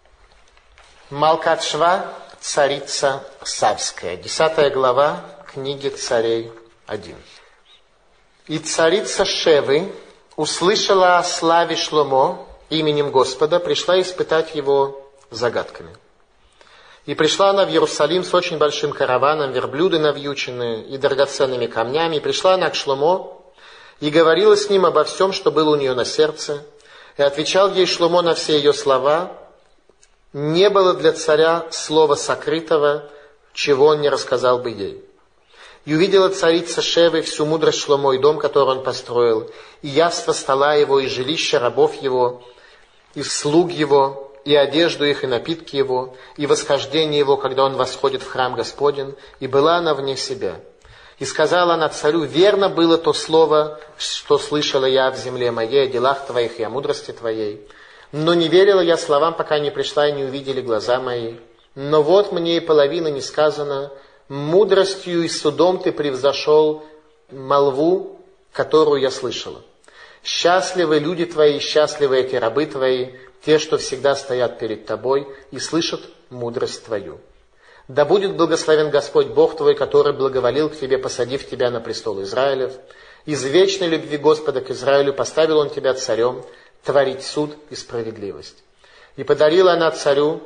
Малкат Шва, царица Савская, десятая глава книги Царей один. «И царица Шевы услышала о славе Шломо именем Господа, пришла испытать его загадками. И пришла она в Иерусалим с очень большим караваном, верблюды навьючены и драгоценными камнями. И пришла она к Шломо и говорила с ним обо всем, что было у нее на сердце. И отвечал ей Шломо на все ее слова. Не было для царя слова сокрытого, чего он не рассказал бы ей. И увидела царица Шевы всю мудрость Шломо и дом, который он построил, и явство стола его, и жилище рабов его, и слуг его, и одежду их, и напитки его, и восхождение его, когда он восходит в храм Господень, и была она вне себя. И сказала она царю: верно было то слово, что слышала я в земле моей, о делах твоих и о мудрости твоей. Но не верила я словам, пока не пришла и не увидели глаза мои. Но вот мне и половина не сказано, мудростью и судом ты превзошел молву, которую я слышала. Счастливы люди твои, счастливы эти рабы твои, те, что всегда стоят перед тобой и слышат мудрость твою. Да будет благословен Господь Бог твой, который благоволил к тебе, посадив тебя на престол Израилев. Из вечной любви Господа к Израилю поставил он тебя царем, творить суд и справедливость. И подарила она царю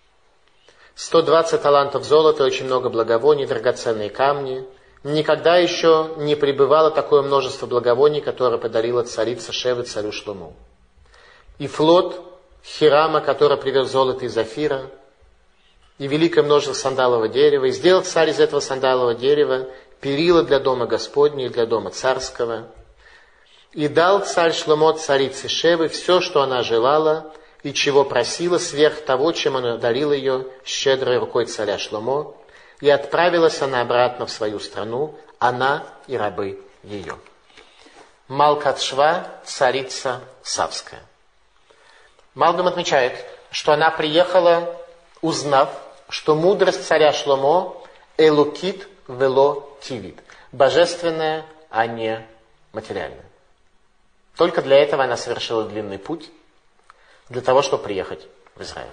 сто двадцать талантов золота, очень много благовоний, драгоценные камни. Никогда еще не пребывало такое множество благовоний, которое подарила царица Шевы царю Шлому. И флот Хирама, который привез золото из Офира, и великое множество сандалового дерева, и сделал царь из этого сандалового дерева перила для дома Господня и для дома царского. И дал царь Шломо царице Шевы все, что она желала, и чего просила сверх того, чем он одарил ее щедрой рукой царя Шломо, и отправилась она обратно в свою страну, она и рабы ее. Малкат Шва, царица Савская. Малбим отмечает, что она приехала, узнав, что мудрость царя Шломо элукит вело тивит, божественная, а не материальная. Только для этого она совершила длинный путь, для того, чтобы приехать в Израиль.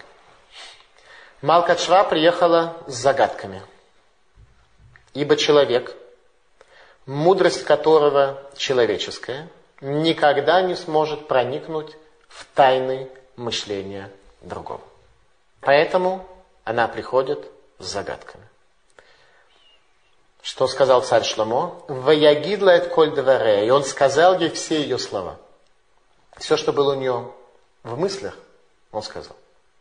Малкат Шва приехала с загадками. Ибо человек, мудрость которого человеческая, никогда не сможет проникнуть в тайны мышления другого. Поэтому она приходит с загадками. Что сказал царь Шломо? «Ваягидла эт коль деварея». И он сказал ей все ее слова. Все, что было у нее в мыслях, он сказал.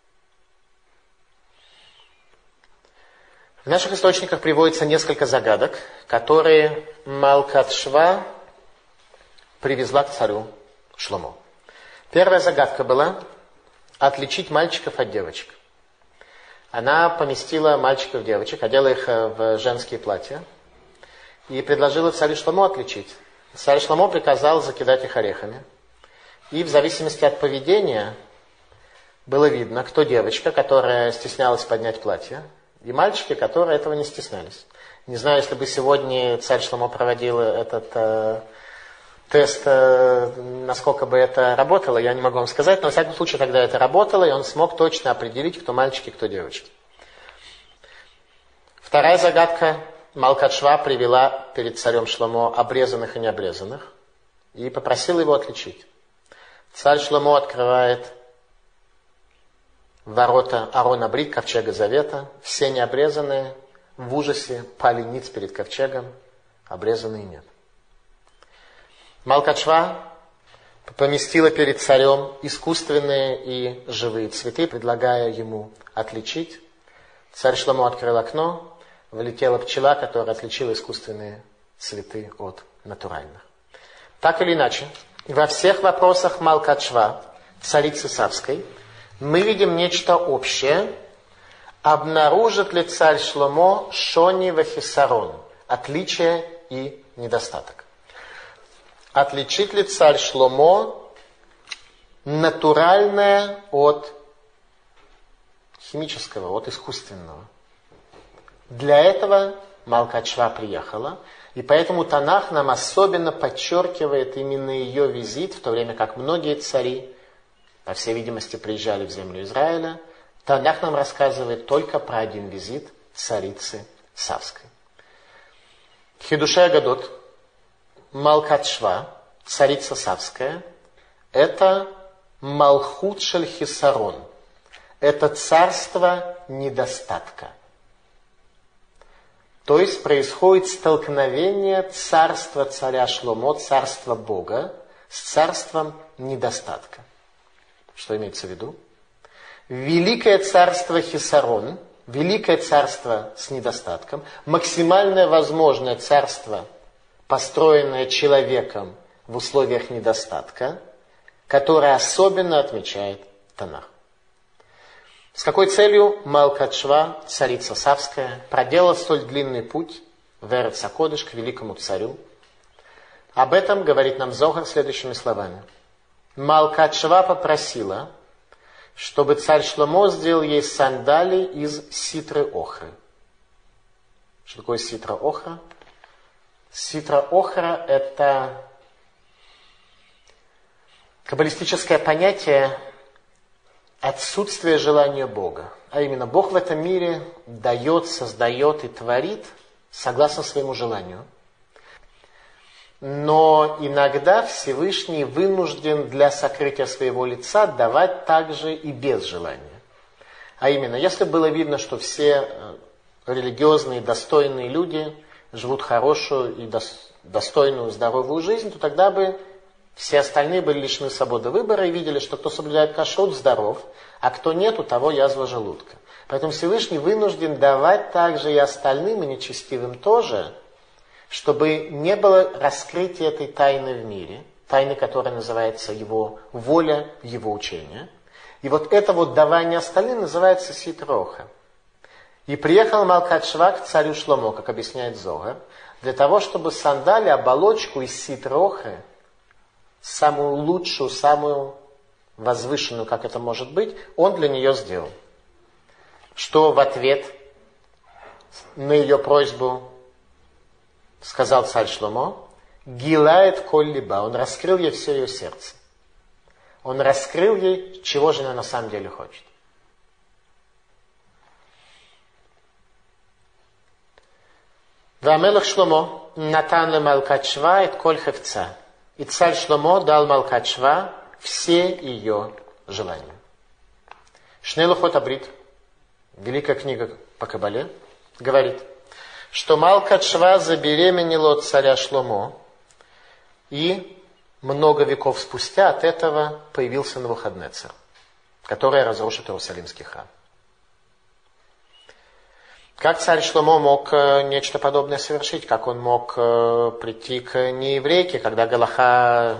В наших источниках приводится несколько загадок, которые Малкат Шва привезла к царю Шломо. Первая загадка была отличить мальчиков от девочек. она поместила мальчиков и девочек, одела их в женские платья и предложила царю Шломо отличить. Царь Шломо приказал закидать их орехами. И в зависимости от поведения было видно, кто девочка, которая стеснялась поднять платье, и мальчики, которые этого не стеснялись. Не знаю, если бы сегодня царь Шломо проводил этот э, тест, э, насколько бы это работало, я не могу вам сказать, но во всяком случае тогда это работало, и он смог точно определить, кто мальчики, кто девочки. Вторая загадка. Малкат Шва привела перед царем Шломо обрезанных и необрезанных и попросила его отличить. Царь Шломо открывает ворота Арона Брит, ковчега Завета. Все необрезанные в ужасе пали ниц перед ковчегом, обрезанные нет. Малкат Шва поместила перед царем искусственные и живые цветы, предлагая ему отличить. Царь Шломо открыл окно, влетела пчела, которая отличила искусственные цветы от натуральных. Так или иначе, во всех вопросах Малкат Шва, царицы Савской, мы видим нечто общее. Обнаружит ли царь Шломо шони вахисарон, отличие и недостаток? Отличит ли царь Шломо натуральное от химического, от искусственного? Для этого Малкат Шва приехала, и поэтому Танах нам особенно подчеркивает именно ее визит, в то время как многие цари, по всей видимости, приезжали в землю Израиля. Танах нам рассказывает только про один визит царицы Савской. Хидушей Агадот, Малкат Шва, царица Савская, это Малхут шель Хисарон, это царство недостатка. То есть происходит столкновение царства царя Шломо, царства Бога, с царством недостатка. Что имеется в виду? Великое царство Хисарон, великое царство с недостатком, максимальное возможное царство, построенное человеком в условиях недостатка, которое особенно отмечает Танах. С какой целью Малкат Шва, царица Савская, проделала столь длинный путь в Эрец ха-Кодеш к великому царю? Об этом говорит нам Зохар следующими словами. Малкат Шва попросила, чтобы царь Шломо сделал ей сандали из ситры охры. Что такое ситра охра? Ситра охра – это каббалистическое понятие отсутствие желания Бога. А именно, Бог в этом мире дает, создает и творит согласно своему желанию. Но иногда Всевышний вынужден для сокрытия своего лица давать также и без желания. А именно, если было видно, что все религиозные, достойные люди живут хорошую и достойную, здоровую жизнь, то тогда бы все остальные были лишены свободы выбора и видели, что кто соблюдает кашрут, здоров, а кто нет, у того язва желудка. Поэтому Всевышний вынужден давать также и остальным, и нечестивым тоже, чтобы не было раскрытия этой тайны в мире, тайны, которая называется его воля, его учение. И вот это вот давание остальным называется ситроха. И приехал Малкат Шва к царю Шломо, как объясняет Зогар, для того, чтобы сандали, оболочку из ситрохи, самую лучшую, самую возвышенную, как это может быть, он для нее сделал. Что в ответ на ее просьбу сказал царь Шломо? Гилает коль либа. Он раскрыл ей все ее сердце. Он раскрыл ей, чего же она на самом деле хочет. Вамелах Шломо натан ле Малкат Шва эт коль хевца. И царь Шломо дал Малкат Шва все ее желания. Шней лухот абрит, великая книга по Кабале, говорит, что Малкат Шва забеременела от царя Шломо, и много веков спустя от этого появился Навуходоносор, который разрушит Иерусалимский храм. Как царь Шломо мог нечто подобное совершить? Как он мог прийти к нееврейке, когда Галаха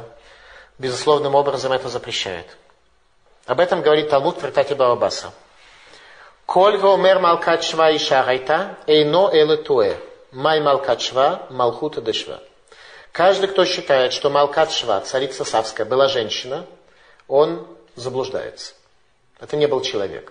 безусловным образом это запрещает? Об этом говорит Талмуд в трактате Бава Басра. Коль вомер малкат шва и шарайта, эйно эле туэ. Май малкат шва, малхута дешва. Каждый, кто считает, что Малкат Шва, царица Савская, была женщина, он заблуждается. Это не был человек.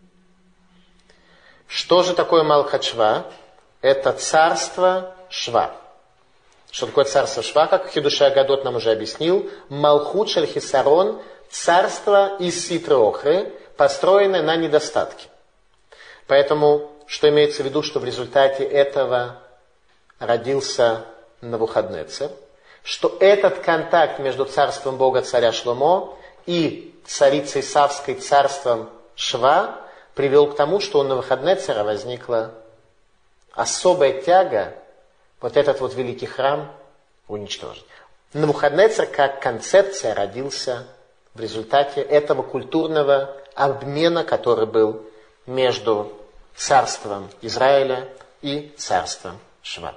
Что же такое Малкат Шва? Это царство Шва. Что такое царство Шва? Как Хидушей Агадот нам уже объяснил. Малхут шель хисарон, царство из ситры охры, построенное на недостатке. Поэтому, что имеется в виду, что в результате этого родился Навуходнецер, что этот контакт между царством Бога царя Шломо и царицей Савской царством Шва привел к тому, что у Навуходнецера возникла особая тяга вот этот вот великий храм уничтожить. Навуходнецер как концепция родился в результате этого культурного обмена, который был между царством Израиля и царством Шва.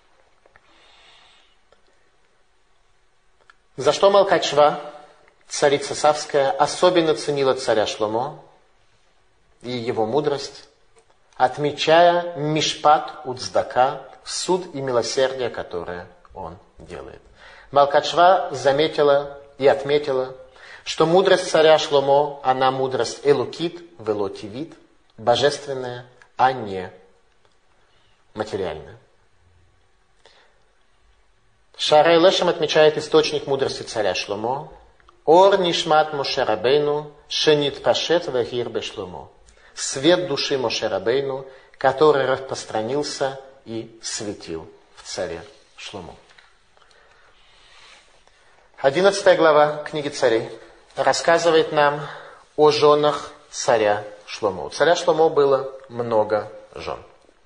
За что Малкат Шва, царица Савская, особенно ценила царя Шломо и его мудрость, отмечая мишпат уцдака, суд и милосердие, которое он делает. Малкат Шва заметила и отметила, что мудрость царя Шломо, она мудрость элукит, велотивит, божественная, а не материальная. Шаарей Лешем отмечает источник мудрости царя Шломо. Ор нишмат Моше Рабейну, шенит пашет вагир бе Шломо. Свет души Моше Рабейну, который распространился и светил в царе Шломо. Одиннадцатая глава книги Царей рассказывает нам о женах царя Шломо. У царя Шломо было много жен.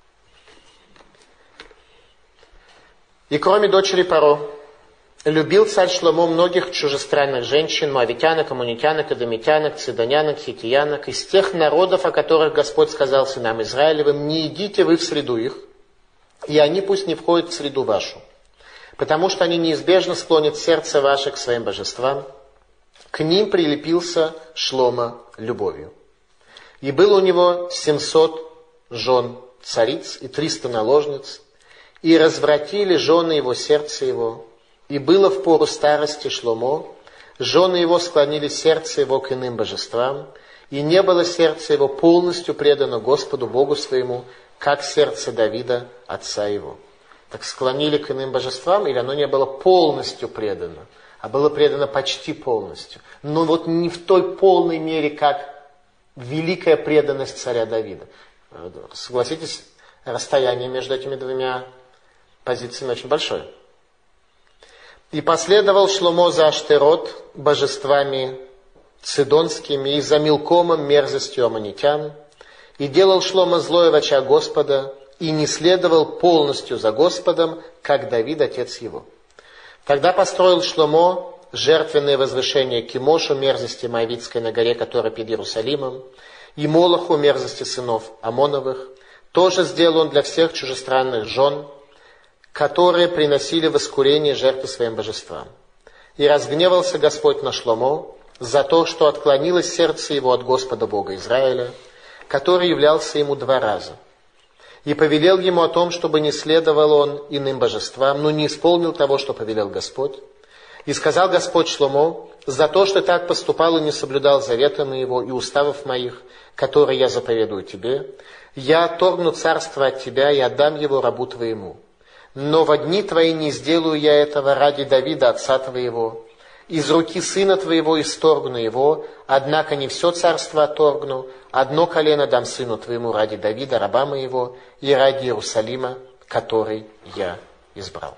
И кроме дочери Паро, любил царь Шломо многих чужестранных женщин, моавитянок, аммонитянок, эдомитянок, цидонянок, хитиянок, из тех народов, о которых Господь сказал сынам Израилевым: не идите вы в среду их, и они пусть не входят в среду вашу, потому что они неизбежно склонят сердце ваше к своим божествам. К ним прилепился Шломо любовью. И было у него семьсот жен цариц и триста наложниц, и развратили жены его сердце его, и было в пору старости Шломо, жены его склонили сердце его к иным божествам, и не было сердце его полностью предано Господу Богу своему, как сердце Давида, отца его. Так склонили к иным божествам, или оно не было полностью предано, а было предано почти полностью. Но вот не в той полной мере, как великая преданность царя Давида. Согласитесь, расстояние между этими двумя позициями очень большое. И последовал Шломо за Аштерот, божествами цидонскими, и за Милкомом, мерзостью аммонитян, и делал Шломо злое в очах Господа, и не следовал полностью за Господом, как Давид, отец его. Тогда построил Шломо жертвенное возвышение Кимошу, мерзости Моавитской на горе, которая перед Иерусалимом, и Молоху, мерзости сынов Амоновых. Тоже сделал он для всех чужестранных жен, которые приносили воскурение жертвы своим божествам. И разгневался Господь на Шломо за то, что отклонилось сердце его от Господа Бога Израиля, который являлся ему два раза. И повелел ему о том, чтобы не следовал он иным божествам, но не исполнил того, что повелел Господь. И сказал Господь Шломо: за то, что так поступал и не соблюдал завета моего и уставов моих, которые я заповедую тебе, я отторгну царство от тебя и отдам его рабу твоему. Но во дни твои не сделаю я этого ради Давида, отца твоего. Из руки сына твоего исторгну его, однако не все царство отторгну, одно колено дам сыну твоему ради Давида, раба моего, и ради Иерусалима, который я избрал.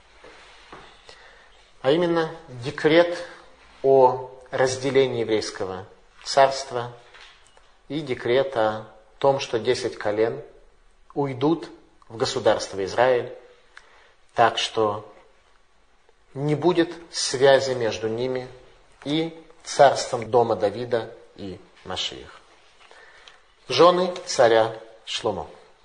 А именно, декрет о разделении еврейского царства и декрет о том, что десять колен уйдут в государство Израиль, так что не будет связи между ними и царством дома Давида и Машиах. Жены царя Шломо.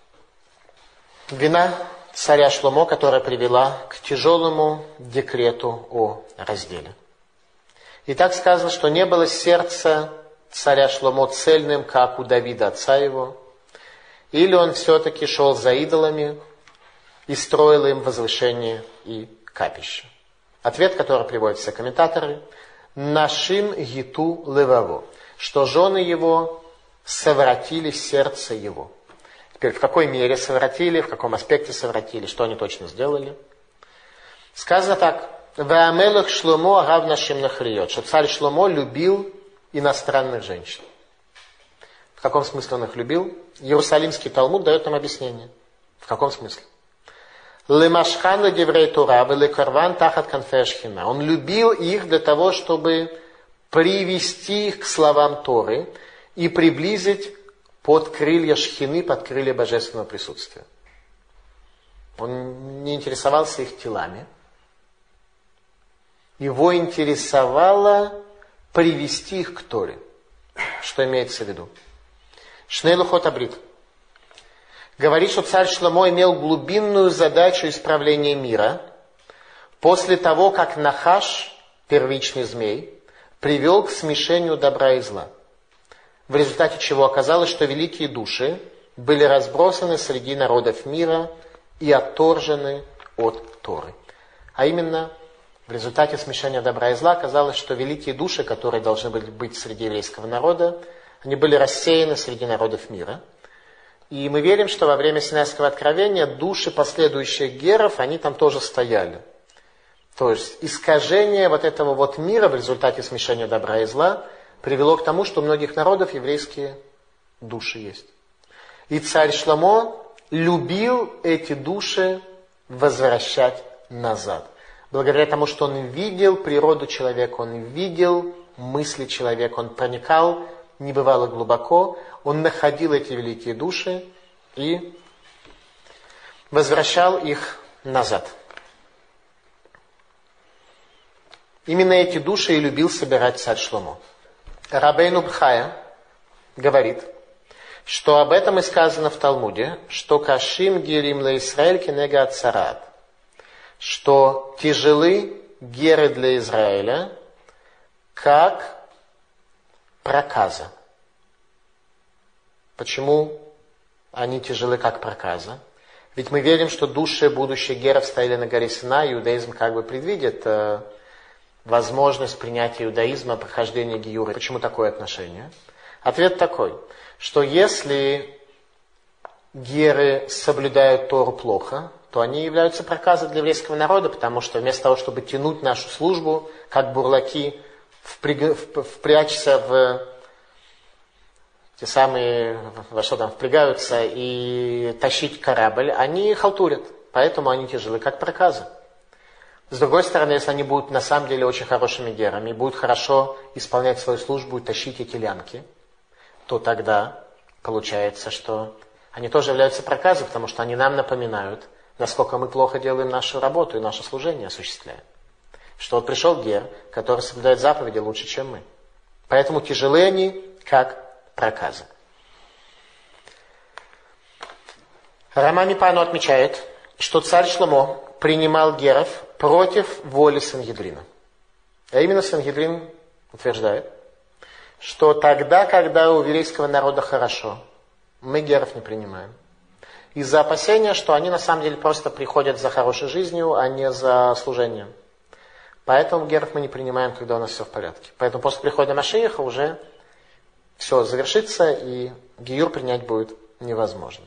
Вина царя Шломо, которая привела к тяжелому декрету о разделе. И так сказано, что не было сердца царя Шломо цельным, как у Давида, отца его? Или он все-таки шел за идолами и строил им возвышение и капище? Ответ, который приводят все комментаторы: «Нашим гиту леваво», что жены его совратили сердце его. Теперь, в какой мере совратили, в каком аспекте совратили, что они точно сделали? Сказано так: «Ваамелах Шломо агав нашим нахриот», что царь Шломо любил иностранных женщин. В каком смысле он их любил? Иерусалимский Талмуд дает нам объяснение. В каком смысле? «Лемашхан ледеврей Тора, велекарван тахат канфе шхина». Он любил их для того, чтобы привести их к словам Торы и приблизить под крылья шхины, под крылья божественного присутствия. Он не интересовался их телами. Его интересовало привести их к Торе. Что имеется в виду? Шней лухот абрит говорит, что царь Шломо имел глубинную задачу исправления мира после того, как Нахаш, первичный змей, привел к смешению добра и зла. В результате чего оказалось, что великие души были разбросаны среди народов мира и отторжены от Торы. А именно, в результате смешения добра и зла оказалось, что великие души, которые должны были быть среди еврейского народа, они были рассеяны среди народов мира. И мы верим, что во время Синайского откровения души последующих геров, они там тоже стояли. То есть искажение вот этого вот мира в результате смешения добра и зла привело к тому, что у многих народов еврейские души есть. И царь Шломо любил эти души возвращать назад. Благодаря тому, что он видел природу человека, он видел мысли человека, он проникал небывало глубоко, он находил эти великие души и возвращал их назад. Именно эти души и любил собирать царь Шломо. Рабейну Бхая говорит, что об этом и сказано в Талмуде, что кашим гирим ла Исраэль кенега ацарат, что тяжелы геры для Израиля, как проказа. Почему они тяжелы, как проказа? Ведь мы верим, что души будущих геров стояли на горе Синай, иудаизм как бы предвидит э, возможность принятия иудаизма, прохождения гиюры. Почему такое отношение? Ответ такой, что если геры соблюдают Тору плохо, то они являются проказой для еврейского народа, потому что вместо того, чтобы тянуть нашу службу, как бурлаки, впряг... впрячься в те самые, во что там впрягаются, и тащить корабль, они халтурят. Поэтому они тяжелы, как проказы. С другой стороны, если они будут на самом деле очень хорошими герами, будут хорошо исполнять свою службу и тащить эти лямки, то тогда получается, что они тоже являются проказой, потому что они нам напоминают, насколько мы плохо делаем нашу работу и наше служение осуществляем. Что вот пришел гер, который соблюдает заповеди лучше, чем мы. Поэтому тяжелы они, как проказы. Рама Мипано отмечает, что царь Шломо принимал геров против воли Сангедрина. А именно Сангедрин утверждает, что тогда, когда у еврейского народа хорошо, мы геров не принимаем. Из-за опасения, что они на самом деле просто приходят за хорошей жизнью, а не за служением. Поэтому геров мы не принимаем, когда у нас все в порядке. Поэтому после прихода Машиаха уже все завершится, и гиюр принять будет невозможно.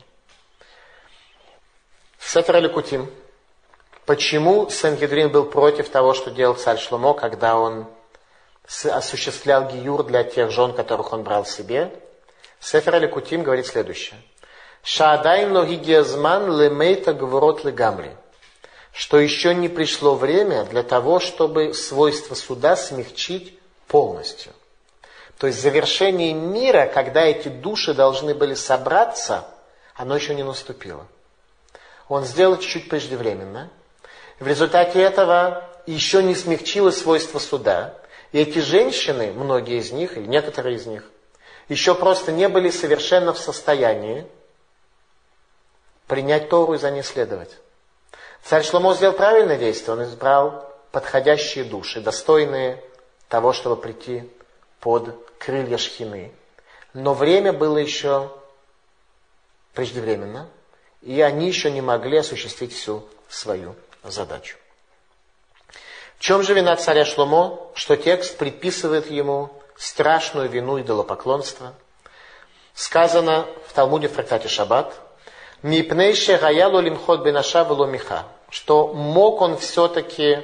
Сефер Ликутим. Почему Сангедрин был против того, что делал царь Шломо, когда он осуществлял гиюр для тех жен, которых он брал себе? Сефер Ликутим говорит следующее. Шаадайн ло гигиазман лемейта гворот легамри. Что еще не пришло время для того, чтобы свойства суда смягчить полностью. То есть завершение мира, когда эти души должны были собраться, оно еще не наступило. Он сделал чуть-чуть преждевременно. В результате этого еще не смягчилось свойство суда. И эти женщины, многие из них, или некоторые из них, еще просто не были совершенно в состоянии принять Тору и за ней следовать. Царь Шломо сделал правильное действие. Он избрал подходящие души, достойные того, чтобы прийти под крылья Шхины, но время было еще преждевременно, и они еще не могли осуществить всю свою задачу. В чем же вина царя Шломо? Что текст приписывает ему страшную вину идолопоклонства. Сказано в Талмуде в трактате Шаббат, «Мипней шегаялу лимхот бенаша вело миха», что мог он все-таки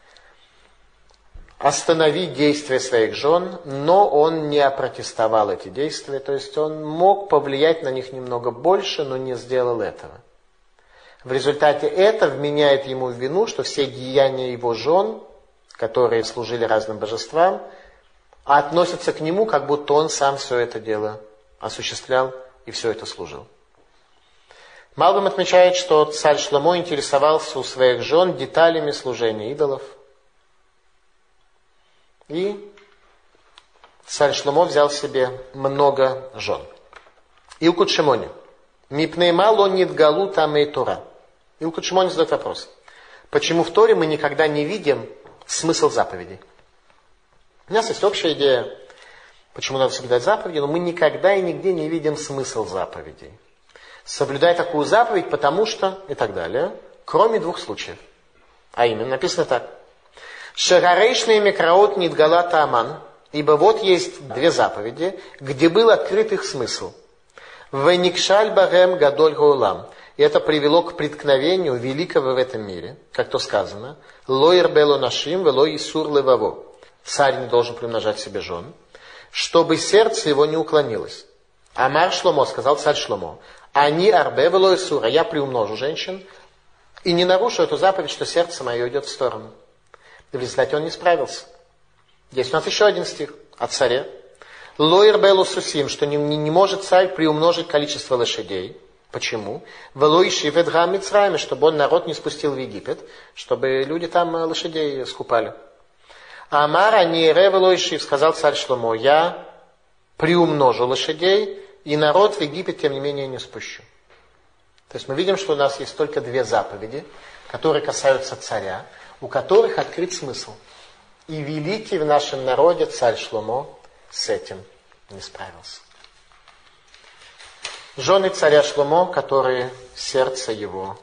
остановить действия своих жен, но он не опротестовал эти действия, то есть он мог повлиять на них немного больше, но не сделал этого. В результате это вменяет ему в вину, что все деяния его жен, которые служили разным божествам, относятся к нему, как будто он сам все это дело осуществлял и все это служил. Малбим отмечает, что царь Шломо интересовался у своих жен деталями служения идолов. И царь Шломо взял себе много жен. Илкут Шимони. Мипнейма ло нидгалу тамей Тора. Илкут Шимони задает вопрос. Почему в Торе мы никогда не видим смысл заповедей? У нас есть общая идея, почему надо соблюдать заповеди, но мы никогда и нигде не видим смысл заповедей. Соблюдай такую заповедь, потому что и так далее, кроме двух случаев. А именно, написано так. Шагарейшный микраот нидгала тааман, ибо вот есть две заповеди, где был открыт их смысл. Веникшаль багем гадоль гаулам. И это привело к преткновению великого в этом мире, как то сказано, лоир бело нашим, вело исур леваво. Царь не должен примножать себе жен, чтобы сердце его не уклонилось. Амар Шломо, сказал царь Шломо, они арбе вело исур, а я приумножу женщин и не нарушу эту заповедь, что сердце мое идет в сторону. В результате он не справился. Здесь у нас еще один стих о царе. Лоир белу сусим, что не, не, не может царь приумножить количество лошадей. Почему? Велой шивет гам Мицраиме, чтобы он народ не спустил в Египет, чтобы люди там лошадей скупали. Амар ани ревелой шив, сказал царь Шломо, я приумножу лошадей, и народ в Египет, тем не менее, не спущу. То есть мы видим, что у нас есть только две заповеди, которые касаются царя, у которых открыт смысл. И великий в нашем народе царь Шломо с этим не справился. Жены царя Шломо, которые сердце его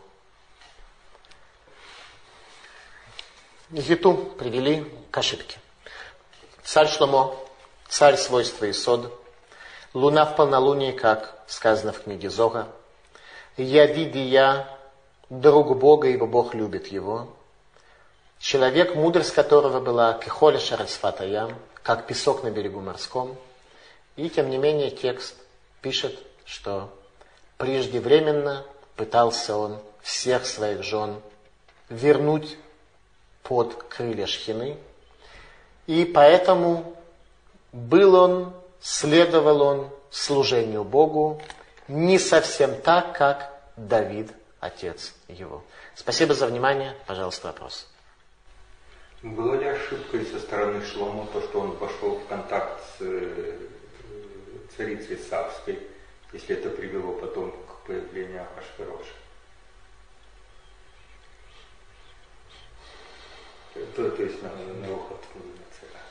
Гиту привели к ошибке. Царь Шломо, царь свойства Исод, луна в полнолуние, как сказано в книге Зога, Ядидия, друг Бога, ибо Бог любит его. Человек, мудрость которого была кихоля шарасфатаям, как песок на берегу морском. И тем не менее текст пишет, что преждевременно пытался он всех своих жен вернуть под крылья Шхины. И поэтому был он, следовал он служению Богу не совсем так, как Давид, отец его. Спасибо за внимание. Пожалуйста, вопрос. Была ли ошибкой со стороны Шломо то, что он пошел в контакт с э, царицей Савской, если это привело потом к появлению Ахашвероша? То, то есть на, на уход царя.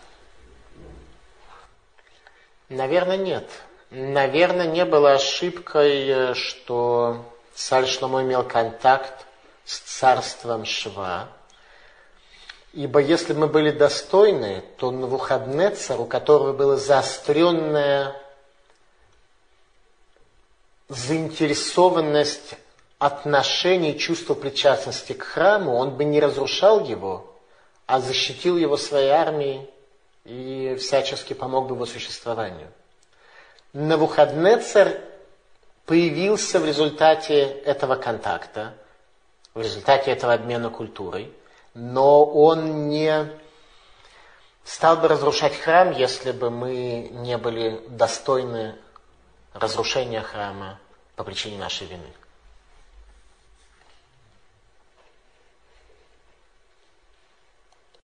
Наверное, нет. Наверное, не было ошибкой, что царь Шломо имел контакт с царством Шва. Ибо если бы мы были достойны, то Навуходнецар, у которого была заостренная заинтересованность отношений, чувство причастности к храму, он бы не разрушал его, а защитил его своей армией и всячески помог бы его существованию. Навуходнецар появился в результате этого контакта, в результате этого обмена культурой, но он не стал бы разрушать храм, если бы мы не были достойны разрушения храма по причине нашей вины.